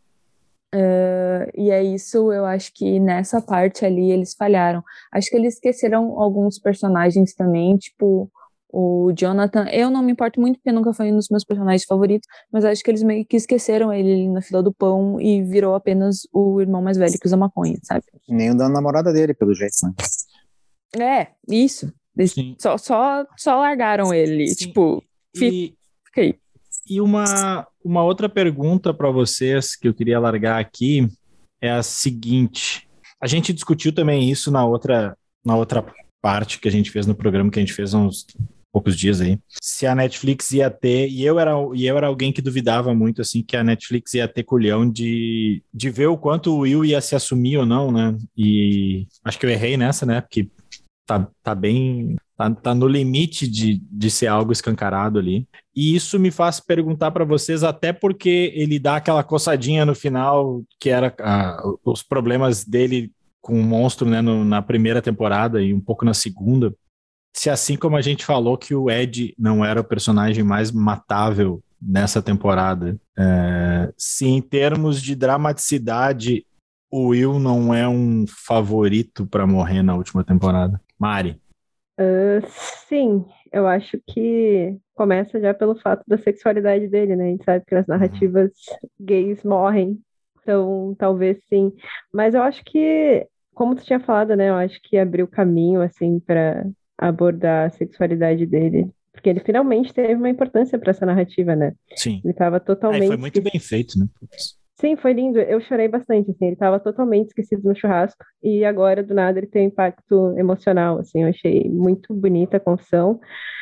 Uh, e é isso, eu acho que nessa parte ali eles falharam. Acho que eles esqueceram alguns personagens também, tipo o Jonathan. Eu não me importo muito porque nunca foi um dos meus personagens favoritos, mas acho que eles meio que esqueceram ele na fila do pão e virou apenas o irmão mais velho que usa maconha, sabe? Nem o da namorada dele, pelo jeito, né? É, isso. Eles só, só, só largaram ele, Sim. tipo, e... fica aí. E uma, uma outra pergunta para vocês que eu queria largar aqui é a seguinte. A gente discutiu também isso na outra, na outra parte que a gente fez no programa, que a gente fez há uns poucos dias aí. Se a Netflix ia ter, e eu era, e eu era alguém que duvidava muito, assim, que a Netflix ia ter culhão de, de ver o quanto o Will ia se assumir ou não, né? E acho que eu errei nessa, né? Porque tá, tá bem... Tá, tá no limite de, de ser algo escancarado ali. E isso me faz perguntar para vocês, até porque ele dá aquela coçadinha no final, que era ah, os problemas dele com o monstro, né, no, na primeira temporada e um pouco na segunda. Se assim como a gente falou que o Ed não era o personagem mais matável nessa temporada, é, se em termos de dramaticidade o Will não é um favorito para morrer na última temporada. Mari. Uh, sim, eu acho que começa já pelo fato da sexualidade dele, né? A gente sabe que nas narrativas gays morrem, então talvez sim. Mas eu acho que, como tu tinha falado, né? Eu acho que abriu caminho, assim, para abordar a sexualidade dele. Porque ele finalmente teve uma importância para essa narrativa, né? Sim. Ele estava totalmente... Ah, foi muito bem feito, né? Putz. Sim, foi lindo. Eu chorei bastante, assim. Ele estava totalmente esquecido no churrasco e agora, do nada, ele tem um impacto emocional, assim. Eu achei muito bonita a confissão.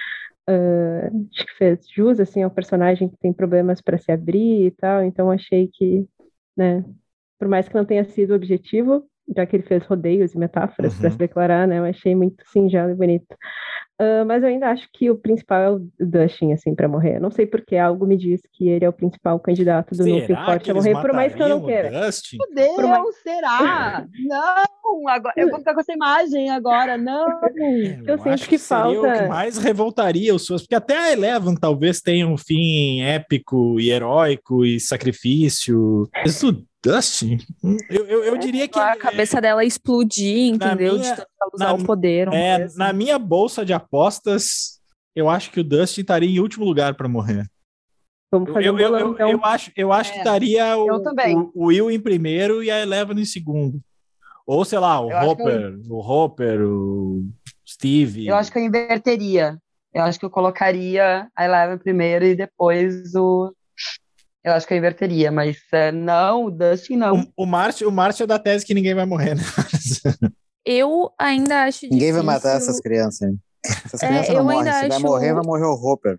Uh, acho que fez jus, assim, ao personagem que tem problemas para se abrir e tal. Então, achei que, né, por mais que não tenha sido o objetivo, já que ele fez rodeios e metáforas uhum. para se declarar, né, eu achei muito singelo e bonito. Uh, mas eu ainda acho que o principal é o Dustin, assim, pra morrer. Não sei porque algo me diz que ele é o principal candidato do núcleo forte a morrer, por mais que eu não queira. Meu Deus, mais... será? Não! Agora, eu vou ficar com essa imagem agora, não! É, eu, eu acho sinto que, que seria falta... o que mais revoltaria os seus, porque até a Eleven talvez tenha um fim épico e heróico e sacrifício. Mas o Dustin, eu, eu, eu diria que... A cabeça dela explodir, entendeu? minha, de tanto usar o poder. É, assim. Na minha bolsa de apostas, eu acho que o Dustin estaria em último lugar para morrer. Vamos fazer eu, um bolão, eu, eu, então. eu acho, eu acho É, que estaria o, o, o Will em primeiro e a Eleven em segundo. Ou, sei lá, o Eu acho Hopper, o Hopper, o Steve. Eu acho que eu inverteria. Eu acho que eu colocaria a Eleven primeiro e depois o... Eu acho que eu inverteria, mas é, não, o Dustin não. O, o Márcio o Márcio é da tese que ninguém vai morrer, né? Eu ainda acho Ninguém difícil... vai matar essas crianças, hein? Essas É, crianças eu não morrem. ainda Se vai acho- morrer, vai morrer o Hopper.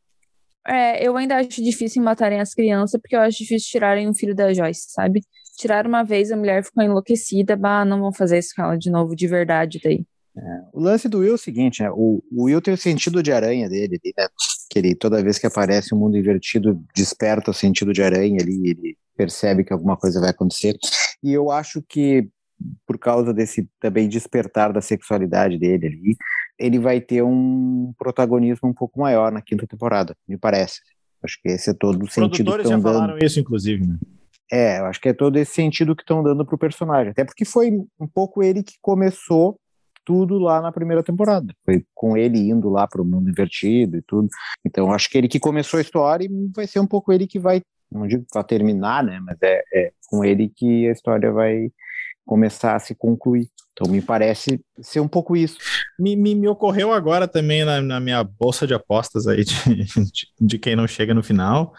É, eu ainda acho difícil matarem as crianças, porque eu acho difícil tirarem o filho da Joyce, sabe? Tiraram uma vez, a mulher ficou enlouquecida, bah, não vão fazer isso com ela de novo, de verdade, daí. O lance do Will é o seguinte, né? O, o Will tem o sentido de aranha dele, né? Que ele, toda vez que aparece um mundo invertido, desperta o sentido de aranha ali, ele percebe que alguma coisa vai acontecer. E eu acho que, por causa desse também despertar da sexualidade dele ali, ele vai ter um protagonismo um pouco maior na quinta temporada, me parece. Acho que esse é todo o Os sentido que produtores já estão dando. falaram isso, inclusive, né? É, eu acho que é todo esse sentido que estão dando pro personagem. Até porque foi um pouco ele que começou tudo lá na primeira temporada. Foi com ele indo lá pro mundo invertido e tudo. Então, acho que ele que começou a história e vai ser um pouco ele que vai, não digo para terminar, né? Mas é, é com ele que a história vai começar a se concluir. Então, me parece ser um pouco isso. Me, me, me ocorreu agora também na, na minha bolsa de apostas aí de, de, de quem não chega no final.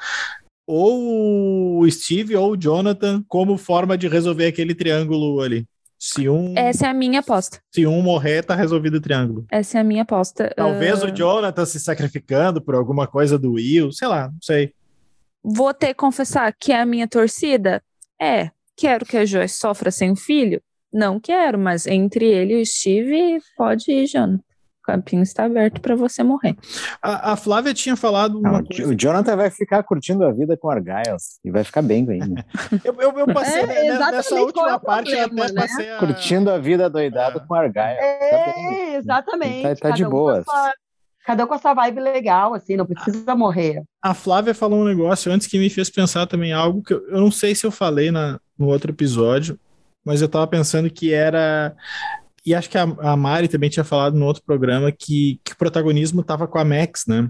Ou o Steve ou o Jonathan como forma de resolver aquele triângulo ali. Se um, Essa é a minha aposta. se um morrer, tá resolvido o triângulo. Essa é a minha aposta. Talvez Uh, o Jonathan se sacrificando por alguma coisa do Will, sei lá, não sei. Vou ter que confessar que é a minha torcida? É. Quero que a Joyce sofra sem o filho? Não quero, mas entre ele e o Steve, pode ir, Jonathan. O campinho está aberto para você morrer. A, a Flávia tinha falado uma Não, coisa. o Jonathan vai ficar curtindo a vida com o Argyle e vai ficar bem com ele. Né? Eu, eu, eu passei É, né, exatamente nessa qual última é o parte, eu problema, até né? passei a... Curtindo a vida doidado É. com o Argyle. É, exatamente. Tá, tá de Cada um boas. com a sua- Cada um com essa vibe legal, assim, não precisa morrer. A Flávia falou um negócio antes que me fez pensar também algo que eu, eu não sei se eu falei na, no outro episódio, mas eu tava pensando que era... E acho que a, a Mari também tinha falado no outro programa que, que o protagonismo tava com a Max, né?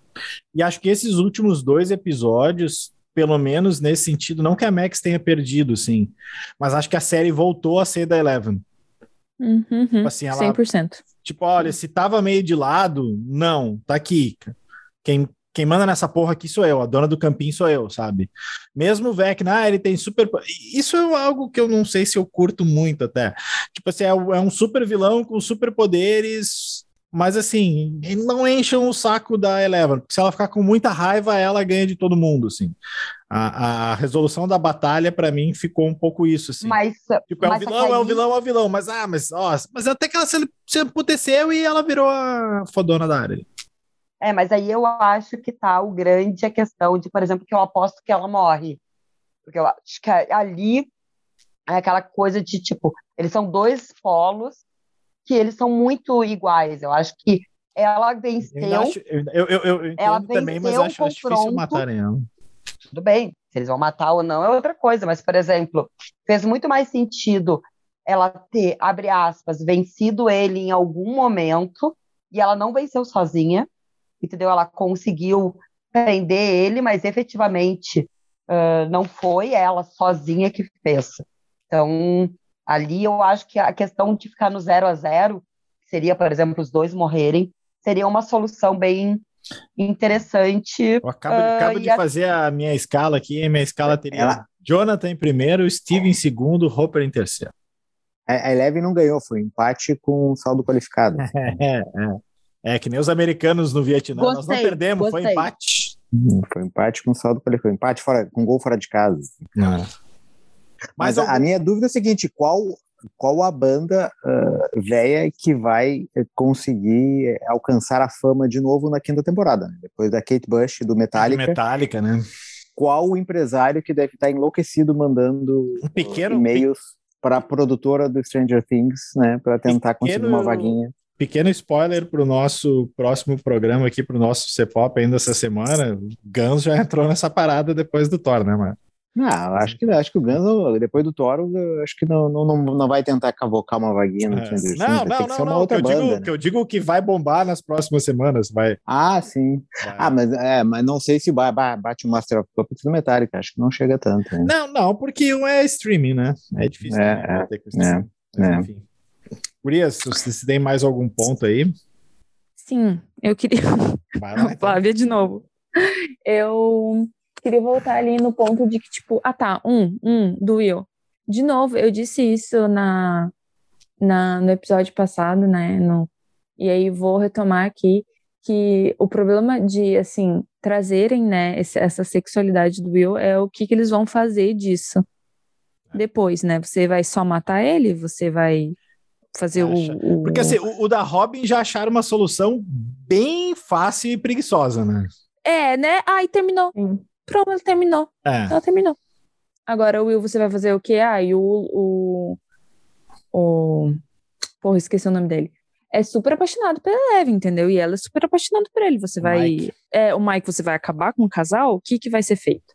E acho que esses últimos dois episódios, pelo menos nesse sentido, não que a Max tenha perdido, sim, mas acho que a série voltou a ser da Eleven. Uhum, uhum, Assim, ela- cem por cento. Tipo, olha, se tava meio de lado, não, tá aqui. Quem, quem manda nessa porra aqui sou eu, a dona do campinho sou eu, sabe? Mesmo o Vecna, ah, ele tem super... Isso é algo que eu não sei se eu curto muito até. Tipo assim, é, é um super vilão com superpoderes, mas assim, não enchem o saco da Eleven, porque se ela ficar com muita raiva, ela ganha de todo mundo, assim. A, a resolução da batalha, pra mim, ficou um pouco isso, assim. Mas, Tipo, é um mas vilão, aí- é um vilão, é um vilão, mas ah, mas, ó, mas até que ela se, se emputeceu e ela virou a fodona da área. É, mas aí eu acho que tá o grande a questão de, por exemplo, que eu aposto que ela morre. Porque eu acho que ali é aquela coisa de, tipo, eles são dois polos que eles são muito iguais. Eu acho que ela Eu, venceu, acho, eu, eu, eu, eu entendo Ela também, mas venceu acho, o acho difícil confronto. matarem ela. tudo bem, se eles vão matar ou não é outra coisa, mas, por exemplo, fez muito mais sentido ela ter, abre aspas, vencido ele em algum momento, e ela não venceu sozinha, entendeu? Ela conseguiu prender ele, mas efetivamente uh, não foi ela sozinha que fez. Então, ali eu acho que a questão de ficar no zero a zero, que seria, por exemplo, os dois morrerem, seria uma solução bem interessante. Eu acabo, uh, acabo de a... fazer a minha escala aqui, e minha escala teria Ela... Jonathan em primeiro, Steve em segundo, Hopper em terceiro. A Eleven não ganhou, foi um empate com saldo qualificado. É, é. É que nem os americanos no Vietnã, gostei, nós não perdemos, gostei. foi empate. Foi empate com saldo qualificado, empate fora, com gol fora de casa. Não. Mas, Mas algum... a minha dúvida é a seguinte, qual qual a banda uh, velha que vai conseguir alcançar a fama de novo na quinta temporada, né? Depois da Kate Bush, do Metallica. De Metallica, né? Qual o empresário que deve estar enlouquecido mandando um pequeno, e-mails para a produtora do Stranger Things, né, para tentar pequeno, conseguir uma vaguinha. Pequeno spoiler para o nosso próximo programa aqui, para o nosso C-Pop ainda essa semana, o Guns já entrou nessa parada depois do Thor, né, mano? Não, acho que, acho que o Guns, depois do Thor, acho que não, não, não vai tentar cavocar uma vaguinha no Stranger Things. Não, não, não, não, que eu, banda, digo, né? que eu digo que vai bombar nas próximas semanas, vai. Ah, sim. Vai. Ah, mas, é, mas não sei se bate o Master of Puppets do Metallica, acho que não chega tanto. Né? Não, não, porque um é streaming, né? É difícil. É, né? é, mas, é. enfim. Gurias, se tem mais algum ponto aí? Sim, eu queria... Vai lá, então. Flávia, de novo. Eu... queria voltar ali no ponto de que, tipo, ah tá, um, um, do Will. De novo, eu disse isso na, na, no episódio passado, né, no, e aí vou retomar aqui, que o problema de, assim, trazerem, né, esse, essa sexualidade do Will é o que, que eles vão fazer disso depois, né, você vai só matar ele, você vai fazer o, o... Porque, assim, o, o da Robin já acharam uma solução bem fácil e preguiçosa, né? É, né, aí terminou. Sim. Pronto, ela terminou. É. Ela terminou. Agora, o Will, você vai fazer o quê? Ah, e o, o... o... Porra, esqueci o nome dele. É super apaixonado pela Eleven, entendeu? E ela é super apaixonada por ele. Você vai... Mike. É, o Mike, você vai acabar com o casal? O que que vai ser feito?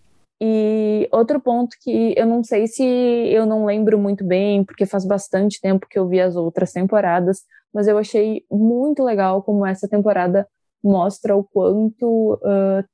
E outro ponto que eu não sei se eu não lembro muito bem, porque faz bastante tempo que eu vi as outras temporadas, mas eu achei muito legal como essa temporada mostra o quanto... Uh,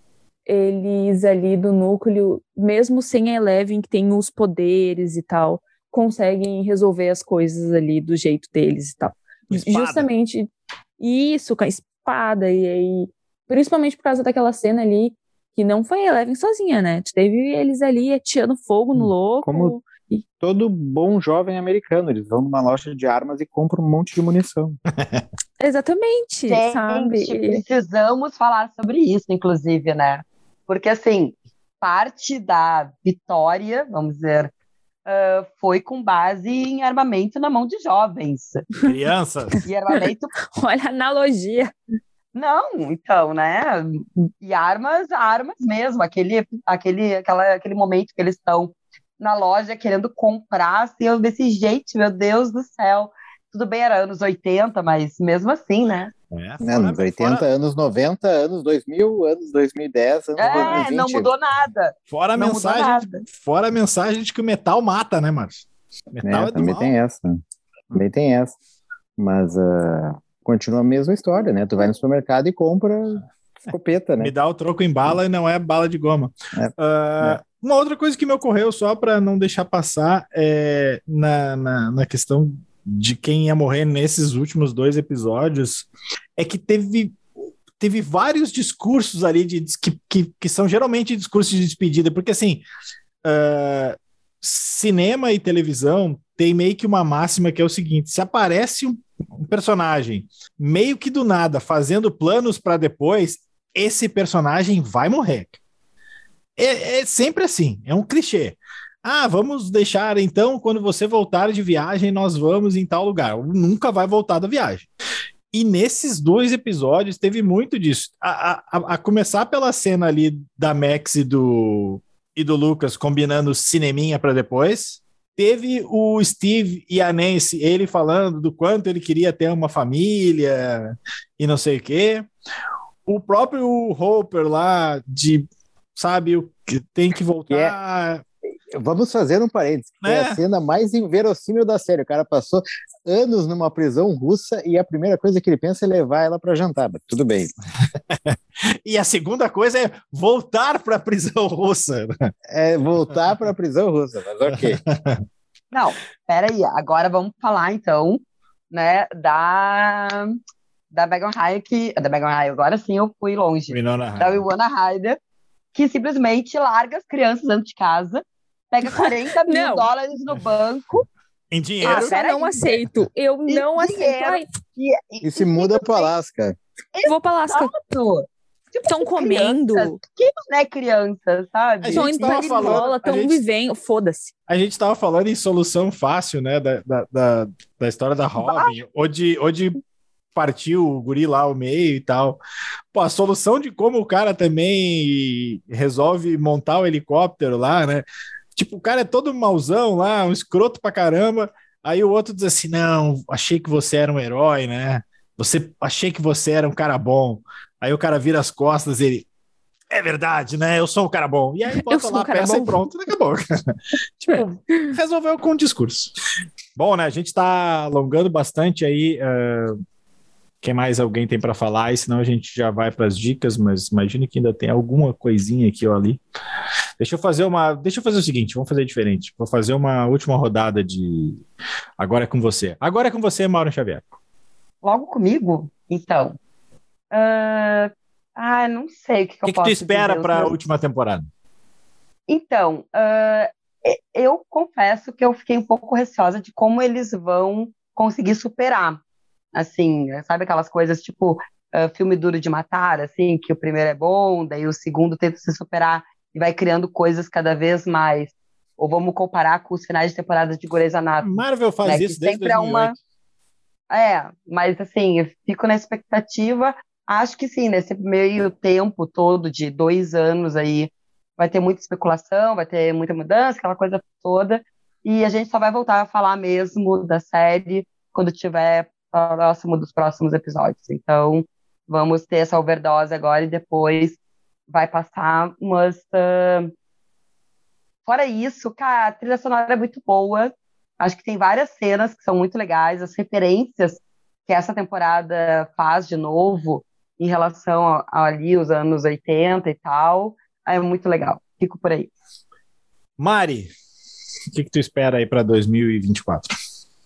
eles ali do núcleo, mesmo sem a Eleven, que tem os poderes e tal, conseguem resolver as coisas ali do jeito deles e tal. Espada. Justamente isso, com a espada, e aí, principalmente por causa daquela cena ali, que não foi a Eleven sozinha, né? Teve eles ali atirando fogo no louco. Como e... todo bom jovem americano, eles vão numa loja de armas e compram um monte de munição. Exatamente, Gente, sabe? precisamos falar sobre isso, inclusive, né? Porque, assim, parte da vitória, vamos dizer, uh, foi com base em armamento na mão de jovens. Crianças. E armamento... Olha a analogia. Não, então, né? E armas, armas mesmo. Aquele, aquele, aquela, aquele momento que eles estão na loja querendo comprar, assim, eu desse jeito, meu Deus do céu. Tudo bem, era anos oitenta, mas mesmo assim, né? É, fora, anos oitenta, fora... anos noventa, anos dois mil, anos dois mil e dez, anos é, dois mil e vinte. Não mudou nada. Fora a, não mensagem, nada. Fora a mensagem de que o metal mata, né, Márcio? Metal é, é do também mal. tem essa. Também tem essa. Mas uh, continua a mesma história, né? Tu vai no supermercado e compra escopeta, né? Me dá o troco em bala e não é bala de goma. É, uh, é. Uma outra coisa que me ocorreu, só para não deixar passar, é na, na, na questão de quem ia morrer nesses últimos dois episódios, é que teve, teve vários discursos ali de, que, que, que são geralmente discursos de despedida, porque assim, uh, cinema e televisão tem meio que uma máxima que é o seguinte: se aparece um, um personagem meio que do nada fazendo planos para depois, esse personagem vai morrer. É, é sempre assim, é um clichê. Ah, vamos deixar, então, quando você voltar de viagem, nós vamos em tal lugar. Nunca vai voltar da viagem. E nesses dois episódios teve muito disso. A, a, a começar pela cena ali da Max e do, e do Lucas combinando cineminha para depois. Teve o Steve e a Nancy, ele falando do quanto ele queria ter uma família e não sei o quê. O próprio Hopper lá, de, sabe, o que tem que voltar... Yeah. Vamos fazer um parênteses, que é. foi a cena mais inverossímil da série. O cara passou anos numa prisão russa e a primeira coisa que ele pensa é levar ela para jantar. Mas tudo bem. E a segunda coisa é voltar para a prisão russa. É voltar para a prisão russa, mas ok. Não, peraí. Agora vamos falar, então, né, da, da Megan Ryder, da Megan Ryder. Agora sim eu fui longe. Winona da Winona Ryder, que simplesmente larga as crianças dentro de casa, pega quarenta mil não. dólares no banco. Em dinheiro. Eu só não aceito. Eu não aceito. Ai, e, e se muda para Alasca. Vou para Alasca. Estão comendo. Crianças. Quem não é criança, sabe? A Estão gente indo tava pra falando- escola, a estão gente- vivendo. Foda-se. A gente tava falando em solução fácil, né, da, da, da, da história da Robin, ou de, ou de partir o guri lá ao meio e tal. Pô, a solução de como o cara também resolve montar o helicóptero lá, né? Tipo, o cara é todo mauzão lá, um escroto pra caramba. Aí o outro diz assim: não, achei que você era um herói, né? Você, achei que você era um cara bom. Aí o cara vira as costas e ele. É verdade, né? Eu sou um cara bom. E aí bota sou lá um a cara peça bom. e pronto, acabou. Tipo, resolveu com o discurso. Bom, né? A gente tá alongando bastante aí. Uh... Quem mais alguém tem para falar? E senão a gente já vai para as dicas, mas imagino que ainda tem alguma coisinha aqui ou ali. Deixa eu fazer uma. Deixa eu fazer o seguinte, vamos fazer diferente. Vou fazer uma última rodada de. Agora é com você. Agora é com você, Mauro Xavier. Logo comigo? Então. Uh... Ah, não sei o que, que, que eu posso dizer. O que tu espera para a meus... última temporada? Então, uh, eu confesso que eu fiquei um pouco receosa de como eles vão conseguir superar. Assim, sabe aquelas coisas tipo uh, filme Duro de Matar, assim, que o primeiro é bom, daí o segundo tenta se superar e vai criando coisas cada vez mais. Ou vamos comparar com os finais de temporada de Grey's Anatomy. Marvel faz né, isso desde sempre dois mil e oito. É, uma... é, mas assim, eu fico na expectativa. Acho que sim, nesse meio tempo todo de dois anos aí, vai ter muita especulação, vai ter muita mudança, aquela coisa toda, e a gente só vai voltar a falar mesmo da série quando tiver próximo dos próximos episódios. Então, vamos ter essa overdose agora e depois vai passar, mas uh... fora isso, cara, a trilha sonora é muito boa, acho que tem várias cenas que são muito legais, as referências que essa temporada faz de novo, em relação a, a ali os anos oitenta e tal, é muito legal. Fico por aí. Mari, o que, que tu espera aí para dois mil e vinte e quatro?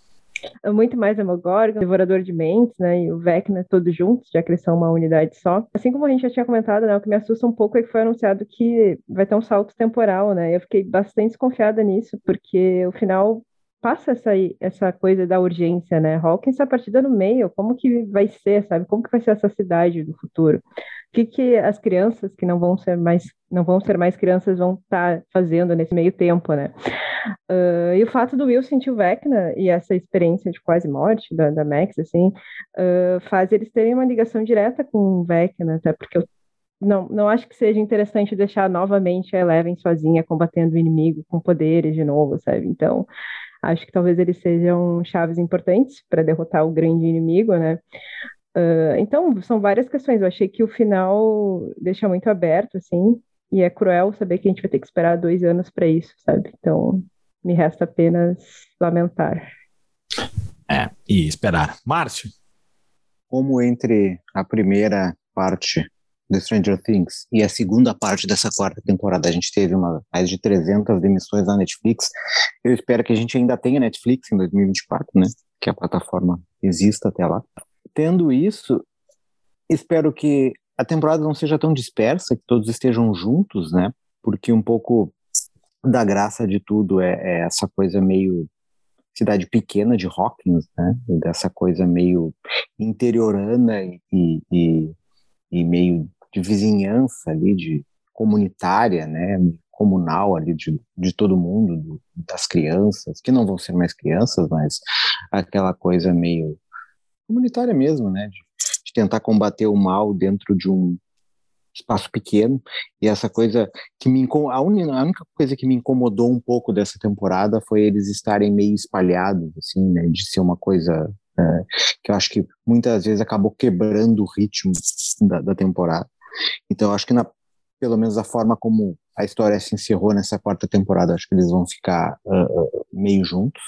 É muito mais Demogorgon, Devorador de Mentes, né, e o Vecna todos juntos, já que eles são uma unidade só. Assim como a gente já tinha comentado, né, o que me assusta um pouco é que foi anunciado que vai ter um salto temporal, né, eu fiquei bastante desconfiada nisso, porque o final passa essa, essa coisa da urgência, né? Hawkins está partida no meio, como que vai ser, sabe? Como que vai ser essa cidade do futuro? O que que as crianças que não vão ser mais, não vão ser mais crianças vão estar tá fazendo nesse meio tempo, né? Uh, e o fato do Will sentir o Vecna e essa experiência de quase morte da, da Max, assim, uh, faz eles terem uma ligação direta com o Vecna, até porque eu não, não acho que seja interessante deixar novamente a Eleven sozinha combatendo o inimigo com poderes de novo, sabe? Então, acho que talvez eles sejam chaves importantes para derrotar o grande inimigo, né? Uh, então, são várias questões. Eu achei que o final deixa muito aberto, assim, e é cruel saber que a gente vai ter que esperar dois anos para isso, sabe? Então, me resta apenas lamentar. É, e esperar. Márcio? Como entre a primeira parte de Stranger Things e a segunda parte dessa quarta temporada a gente teve uma, mais de trezentas demissões na Netflix, eu espero que a gente ainda tenha Netflix em dois mil e vinte e quatro, né? Que a plataforma exista até lá. Tendo isso, espero que a temporada não seja tão dispersa, que todos estejam juntos, né? Porque um pouco da graça de tudo é, é essa coisa meio cidade pequena de Hawkins, né? E dessa coisa meio interiorana e, e, e meio de vizinhança ali, de comunitária, né? Comunal ali de, de todo mundo, do, das crianças, que não vão ser mais crianças, mas aquela coisa meio comunitária mesmo, né? De, de tentar combater o mal dentro de um espaço pequeno, e essa coisa que me a, un, a única coisa que me incomodou um pouco dessa temporada foi eles estarem meio espalhados, assim, né, de ser uma coisa é, que eu acho que muitas vezes acabou quebrando o ritmo da, da temporada. Então eu acho que na, pelo menos a forma como a história se encerrou nessa quarta temporada, acho que eles vão ficar uh, uh, meio juntos,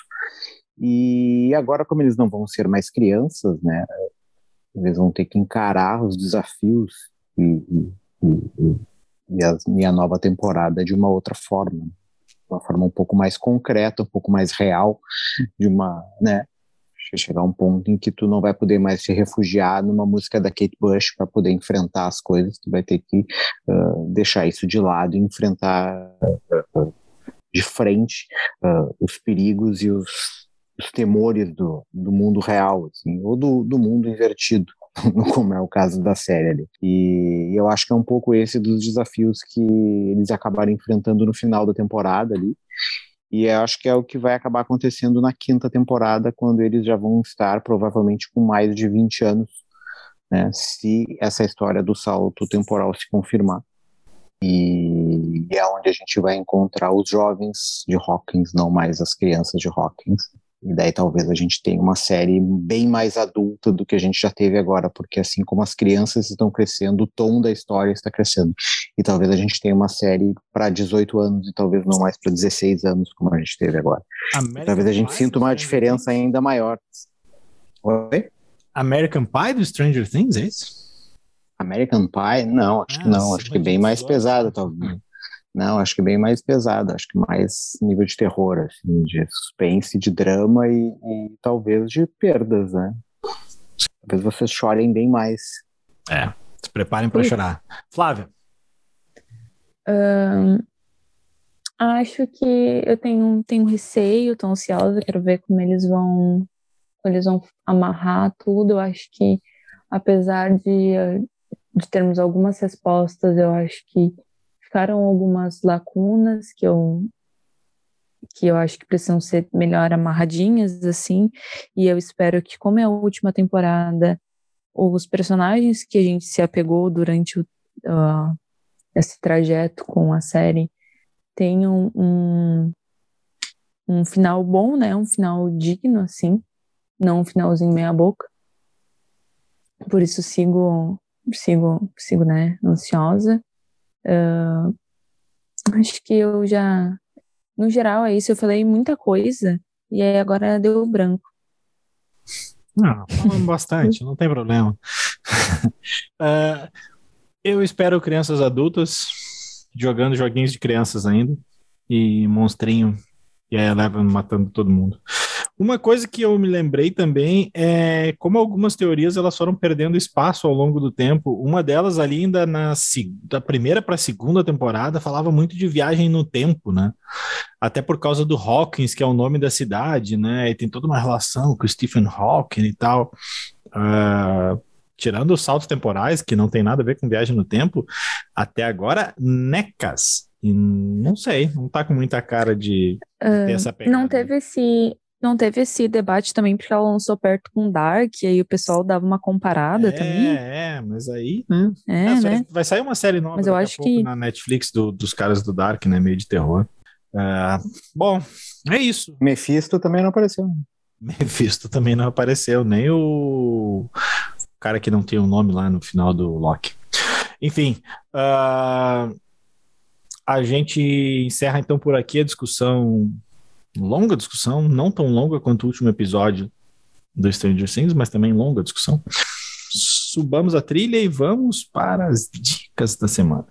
e agora como eles não vão ser mais crianças, né, eles vão ter que encarar os desafios E, e, e, e, a, e a nova temporada de uma outra forma, uma forma um pouco mais concreta, um pouco mais real, de uma, né, chegar a um ponto em que tu não vai poder mais se refugiar numa música da Kate Bush para poder enfrentar as coisas, tu vai ter que uh, deixar isso de lado e enfrentar uh, uh, de frente uh, os perigos e os, os temores do, do mundo real, assim, ou do, do mundo invertido, como é o caso da série ali. E eu acho que é um pouco esse dos desafios que eles acabaram enfrentando no final da temporada ali. E eu acho que é o que vai acabar acontecendo na quinta temporada, quando eles já vão estar provavelmente com mais de vinte anos, né, se essa história do salto temporal se confirmar. E é onde a gente vai encontrar os jovens de Hawkins, não mais as crianças de Hawkins. E daí talvez a gente tenha uma série bem mais adulta do que a gente já teve agora, porque assim como as crianças estão crescendo, o tom da história está crescendo. E talvez a gente tenha uma série para dezoito anos e talvez não mais para dezesseis anos, como a gente teve agora. American talvez a gente Pie sinta uma do Stranger diferença Things? ainda maior. Oi? American Pie do Stranger Things, é isso? American Pie? Não, acho Ah, que não. Acho que acima de bem mais dezoito. pesada, talvez. Não, acho que bem mais pesado, acho que mais nível de terror, assim, de suspense, de drama e, e talvez de perdas, né? Talvez vocês chorem bem mais. É, se preparem para Ui. chorar. Flávia. Ahn, acho que eu tenho, tenho receio, tô ansiosa, quero ver como eles vão, como eles vão amarrar tudo. Eu acho que, apesar de, eh, de termos algumas respostas, eu acho que ficaram algumas lacunas que eu, que eu acho que precisam ser melhor amarradinhas, assim, e eu espero que, como é a última temporada, os personagens que a gente se apegou durante o, uh, esse trajeto com a série tenham um, um final bom, né, um final digno, assim, não um finalzinho meia boca. Por isso sigo, sigo, sigo, né, ansiosa. Uh, acho que eu já, no geral é isso, eu falei muita coisa e aí agora deu branco. Não, falamos bastante, não tem problema. Uh, eu espero crianças adultas jogando joguinhos de crianças ainda e monstrinho e aí leva matando todo mundo. Uma coisa que eu me lembrei também é como algumas teorias elas foram perdendo espaço ao longo do tempo. Uma delas ali ainda na da primeira para a segunda temporada falava muito de viagem no tempo, né? Até por causa do Hawkins, que é o nome da cidade, né? E tem toda uma relação com o Stephen Hawking e tal. Uh, tirando os saltos temporais, que não tem nada a ver com viagem no tempo, até agora, necas. E não sei, não tá com muita cara de, de ter Uh, essa pegada. não teve esse não teve esse debate também porque ela lançou perto com Dark e aí o pessoal dava uma comparada é, também. É, mas aí, né? É, É, né? vai sair uma série nova Mas eu daqui acho a pouco que na Netflix do, dos caras do Dark, né? Meio de terror. Uh, bom, é isso. Mephisto também não apareceu. Mephisto também não apareceu, nem o cara que não tem um nome lá no final do Loki. Enfim, uh, a gente encerra então por aqui a discussão, longa discussão, não tão longa quanto o último episódio do Stranger Things, mas também longa discussão. Subamos a trilha e vamos para as dicas da semana.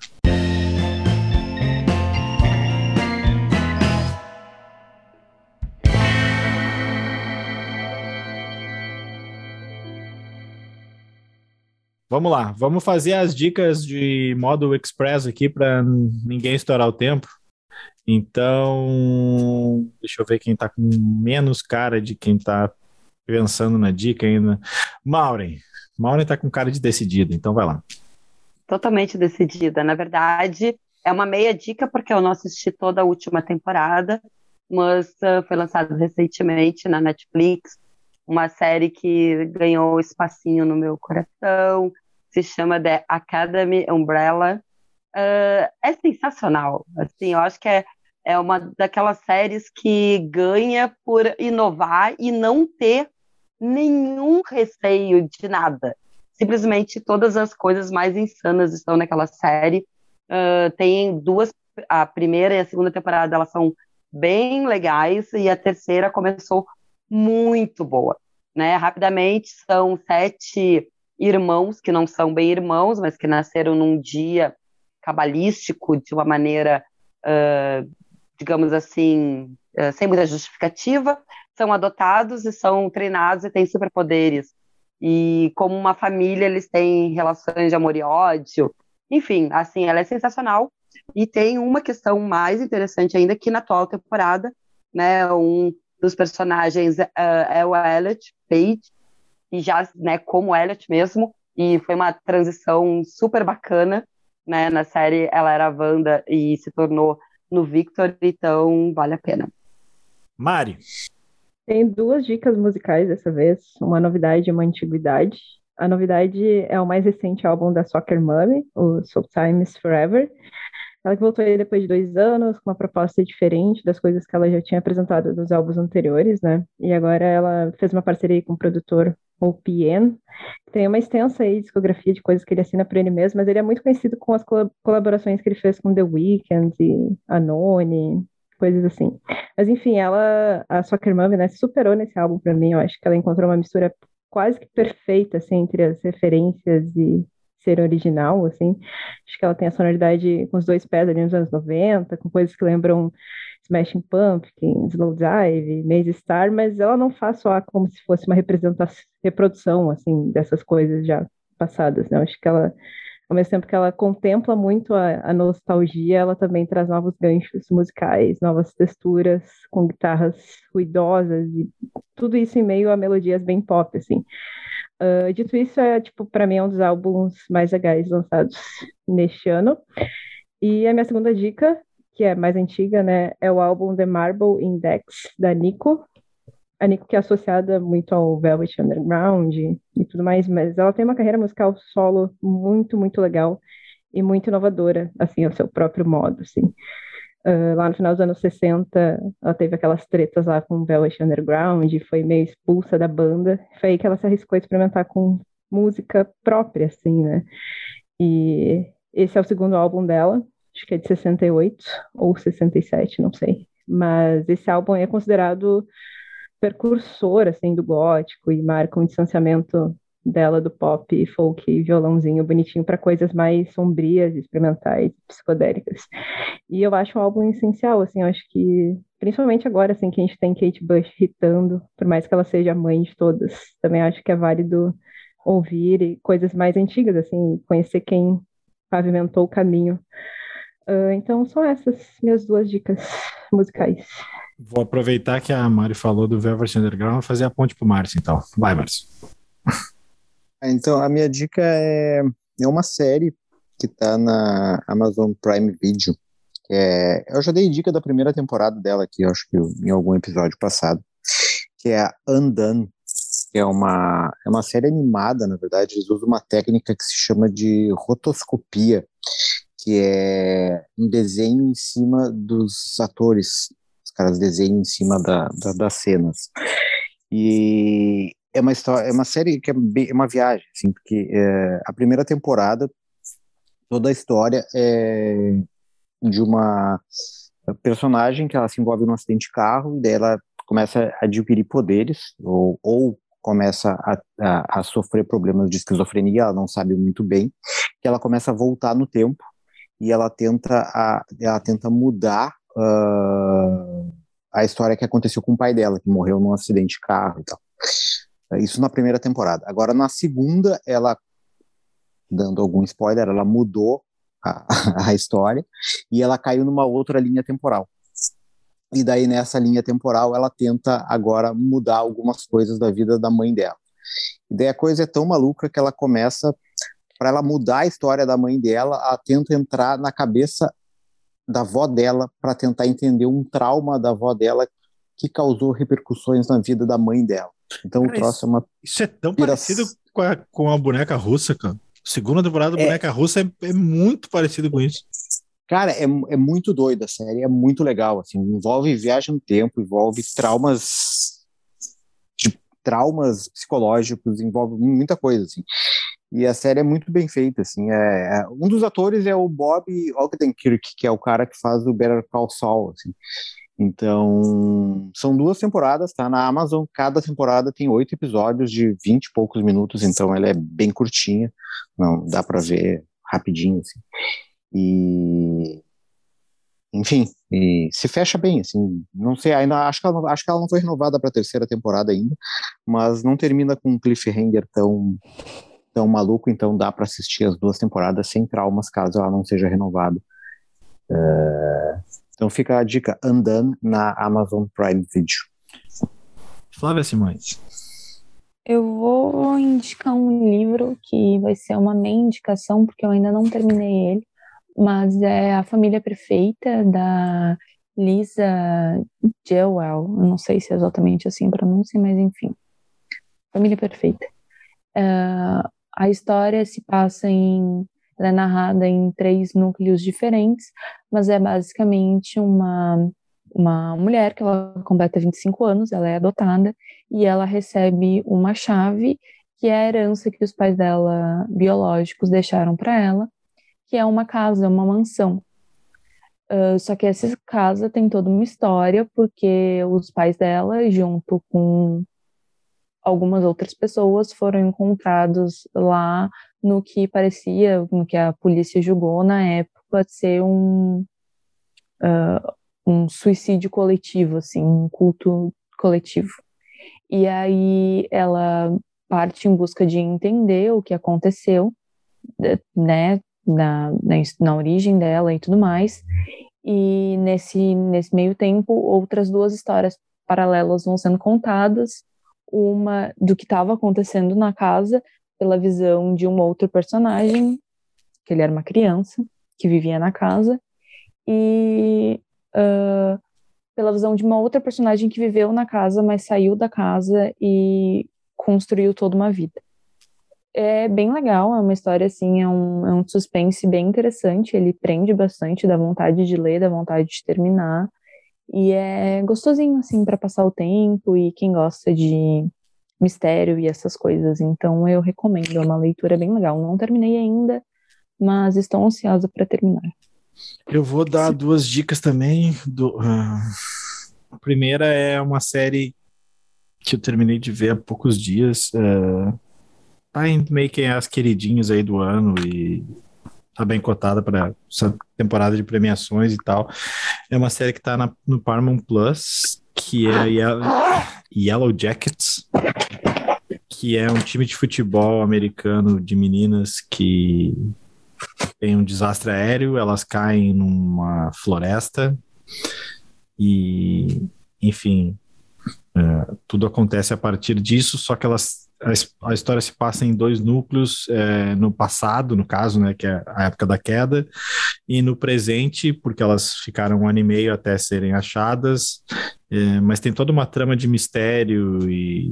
Vamos lá, vamos fazer as dicas de modo express aqui para ninguém estourar o tempo. Então, deixa eu ver quem está com menos cara de quem está pensando na dica ainda. Maureen. Maureen está com cara de decidida, então vai lá. Totalmente decidida. Na verdade, é uma meia dica porque eu não assisti toda a última temporada, mas uh, foi lançado recentemente na Netflix, uma série que ganhou espacinho no meu coração, se chama The Academy Umbrella. Uh, é sensacional, assim, eu acho que é, é uma daquelas séries que ganha por inovar e não ter nenhum receio de nada. Simplesmente todas as coisas mais insanas estão naquela série. Uh, tem duas, a primeira e a segunda temporada, elas são bem legais, e a terceira começou muito boa, né? Rapidamente, são sete irmãos, que não são bem irmãos, mas que nasceram num dia cabalístico, de uma maneira, uh, digamos assim, uh, sem muita justificativa, são adotados e são treinados e têm superpoderes. E como uma família, eles têm relações de amor e ódio. Enfim, assim, ela é sensacional. E tem uma questão mais interessante ainda, que na atual temporada, né, um dos personagens uh, é o Elliot Page, e já, né, como Elliot mesmo, e foi uma transição super bacana, né, na série ela era a Wanda e se tornou no Victor, então vale a pena. Mari. Tem duas dicas musicais dessa vez, uma novidade e uma antiguidade. A novidade é o mais recente álbum da Soccer Mommy, o Sometimes Forever. Ela que voltou aí depois de dois anos, com uma proposta diferente das coisas que ela já tinha apresentado nos álbuns anteriores, né? E agora ela fez uma parceria com o produtor O P N. Tem uma extensa aí discografia de coisas que ele assina por ele mesmo, mas ele é muito conhecido com as colaborações que ele fez com The Weeknd e Anone, coisas assim. Mas enfim, ela, a Soccer Mommy, né, superou nesse álbum pra mim. Eu acho que ela encontrou uma mistura quase que perfeita, assim, entre as referências e ser original, assim. Acho que ela tem a sonoridade com os dois pés ali nos anos noventa, com coisas que lembram Smashing Pumpkins, Slowdive, Maze Star, mas ela não faz só como se fosse uma representação, reprodução, assim, dessas coisas já passadas, né? Acho que ela, ao mesmo tempo que ela contempla muito a, a nostalgia, ela também traz novos ganchos musicais, novas texturas, com guitarras ruidosas e tudo isso em meio a melodias bem pop, assim. Uh, dito isso, é, tipo, para mim é um dos álbuns mais legais lançados neste ano. E a minha segunda dica, que é mais antiga, né, é o álbum The Marble Index, da Nico. A Nico que é associada muito ao Velvet Underground e, e tudo mais, mas ela tem uma carreira musical solo muito, muito legal e muito inovadora, assim, ao seu próprio modo, assim. Uh, lá no final dos anos sessenta, ela teve aquelas tretas lá com o Velvet Underground, foi meio expulsa da banda. Foi aí que ela se arriscou a experimentar com música própria, assim, né? E esse é o segundo álbum dela, acho que é de sessenta e oito ou sessenta e sete, não sei. Mas esse álbum é considerado precursor, assim, do gótico e marca um distanciamento dela do pop, folk e violãozinho bonitinho para coisas mais sombrias, experimentais, psicodélicas. E eu acho um álbum essencial, assim, eu acho que, principalmente agora, assim, que a gente tem Kate Bush hitando, por mais que ela seja a mãe de todas, também acho que é válido ouvir e coisas mais antigas, assim, conhecer quem pavimentou o caminho. Uh, então, são essas minhas duas dicas musicais. Vou aproveitar que a Mari falou do Velvet Underground e fazer a ponte pro Márcio, então. Vai, Márcio. Então, a minha dica é, é uma série que tá na Amazon Prime Video. Que é, eu já dei dica da primeira temporada dela aqui, eu acho que em algum episódio passado, que é a Undone, que é uma, é uma série animada, na verdade. Eles usam uma técnica que se chama de rotoscopia, que é um desenho em cima dos atores. Os caras desenham em cima da, da, das cenas. E é uma história, é uma série que é, bem, é uma viagem, assim, porque é, a primeira temporada, toda a história é de uma personagem que ela se envolve num acidente de carro e daí ela começa a adquirir poderes ou, ou começa a, a, a sofrer problemas de esquizofrenia, ela não sabe muito bem, que ela começa a voltar no tempo e ela tenta, a, ela tenta mudar uh, a história que aconteceu com o pai dela, que morreu num acidente de carro e tal. Isso na primeira temporada. Agora, na segunda, ela, dando algum spoiler, ela mudou a, a história e ela caiu numa outra linha temporal. E daí, nessa linha temporal, ela tenta agora mudar algumas coisas da vida da mãe dela. E daí a coisa é tão maluca que ela começa, para ela mudar a história da mãe dela, ela tenta entrar na cabeça da avó dela para tentar entender um trauma da avó dela que causou repercussões na vida da mãe dela. Então cara, o troço isso, é uma... Isso é tão pira... parecido com a, com a boneca russa, cara. Segunda temporada da é... boneca russa é, é muito parecido com isso. Cara, é, é muito doida a série, é muito legal, assim, envolve viagem no tempo, envolve traumas, tipo, traumas psicológicos, envolve muita coisa, assim. E a série é muito bem feita, assim. É, é, um dos atores é o Bob Odenkirk, que é o cara que faz o Better Call Saul, assim. Então, são duas temporadas, tá na Amazon, cada temporada tem oito episódios de vinte e poucos minutos, então ela é bem curtinha, não dá pra ver rapidinho, assim. E, enfim, e se fecha bem, assim, não sei, ainda acho que ela, acho que ela não foi renovada para a terceira temporada ainda, mas não termina com um cliffhanger tão, tão maluco, então dá para assistir as duas temporadas sem traumas, caso ela não seja renovada. Uh, então fica a dica, Undone na Amazon Prime Video. Flávia Simões. Eu vou indicar um livro que vai ser uma meia indicação, porque eu ainda não terminei ele, mas é A Família Perfeita, da Lisa Jewell. Eu não sei se é exatamente assim a pronúncia, mas enfim. Família Perfeita. Uh, a história se passa em... Ela é narrada em três núcleos diferentes, mas é basicamente uma... uma mulher que ela completa vinte e cinco anos, ela é adotada, e ela recebe uma chave, que é a herança que os pais dela, biológicos, deixaram para ela, que é uma casa, uma mansão. Uh, só que essa casa tem toda uma história, porque os pais dela, junto com algumas outras pessoas, foram encontrados lá no que parecia, no que a polícia julgou na época ser um... Uh, um suicídio coletivo, assim, um culto coletivo. E aí ela parte em busca de entender o que aconteceu, né, na, na, na origem dela e tudo mais, e nesse, nesse meio tempo, outras duas histórias paralelas vão sendo contadas, uma do que estava acontecendo na casa, pela visão de um outro personagem, que ele era uma criança, que vivia na casa, e Uh, pela visão de uma outra personagem que viveu na casa, mas saiu da casa e construiu toda uma vida. É bem legal, é uma história assim, é um, é um suspense bem interessante, ele prende bastante, dá vontade de ler, dá vontade de terminar, e é gostosinho assim para passar o tempo, e quem gosta de mistério e essas coisas, então eu recomendo, é uma leitura bem legal. Não terminei ainda, mas estou ansiosa para terminar. Eu vou dar duas dicas também. Do, uh, a primeira é uma série que eu terminei de ver há poucos dias. Uh, tá meio que as queridinhas aí do ano e tá bem cotada para essa temporada de premiações e tal. É uma série que tá na, no Paramount Plus, que é Yellow, Yellow Jackets, que é um time de futebol americano de meninas que tem um desastre aéreo, elas caem numa floresta e, enfim, é, tudo acontece a partir disso, só que elas, a, a história se passa em dois núcleos, é, no passado, no caso, né, que é a época da queda, e no presente, porque elas ficaram um ano e meio até serem achadas, é, mas tem toda uma trama de mistério e...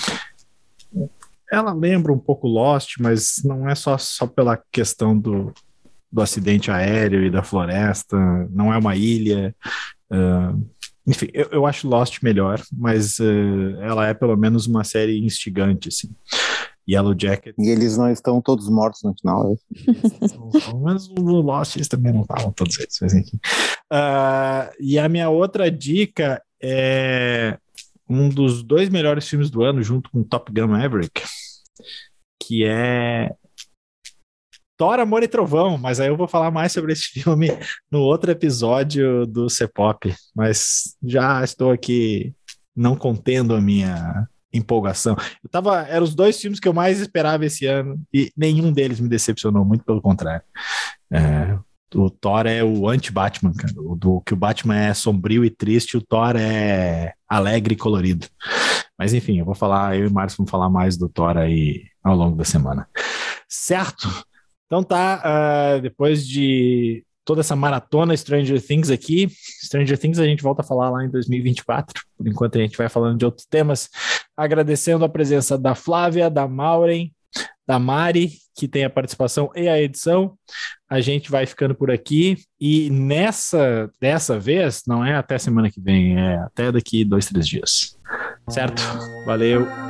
Ela lembra um pouco Lost, mas não é só, só pela questão do, do acidente aéreo e da floresta, não é uma ilha. Uh, enfim, eu, eu acho Lost melhor, mas uh, ela é pelo menos uma série instigante, assim. Yellow Jacket. E eles não estão todos mortos no final. Mas no Lost eles também não estavam todos eles, mas enfim. Uh, e a minha outra dica é um dos dois melhores filmes do ano, junto com Top Gun Maverick, que é Thor, Amor e Trovão, mas aí eu vou falar mais sobre esse filme no outro episódio do C-Pop, mas já estou aqui não contendo a minha empolgação. Eu tava, eram os dois filmes que eu mais esperava esse ano e nenhum deles me decepcionou, muito pelo contrário. É, o Thor é o anti-Batman, cara. O do que o Batman é sombrio e triste, o Thor é alegre e colorido. Mas enfim, eu vou falar, eu e o Márcio vamos falar mais do Thor aí ao longo da semana. Certo? Então tá, uh, depois de toda essa maratona Stranger Things aqui, Stranger Things a gente volta a falar lá em dois mil e vinte e quatro, por enquanto a gente vai falando de outros temas, agradecendo a presença da Flávia, da Maureen, da Mari, que tem a participação e a edição. A gente vai ficando por aqui e nessa, dessa vez, não é até semana que vem, é até daqui dois, três dias. Certo? Valeu!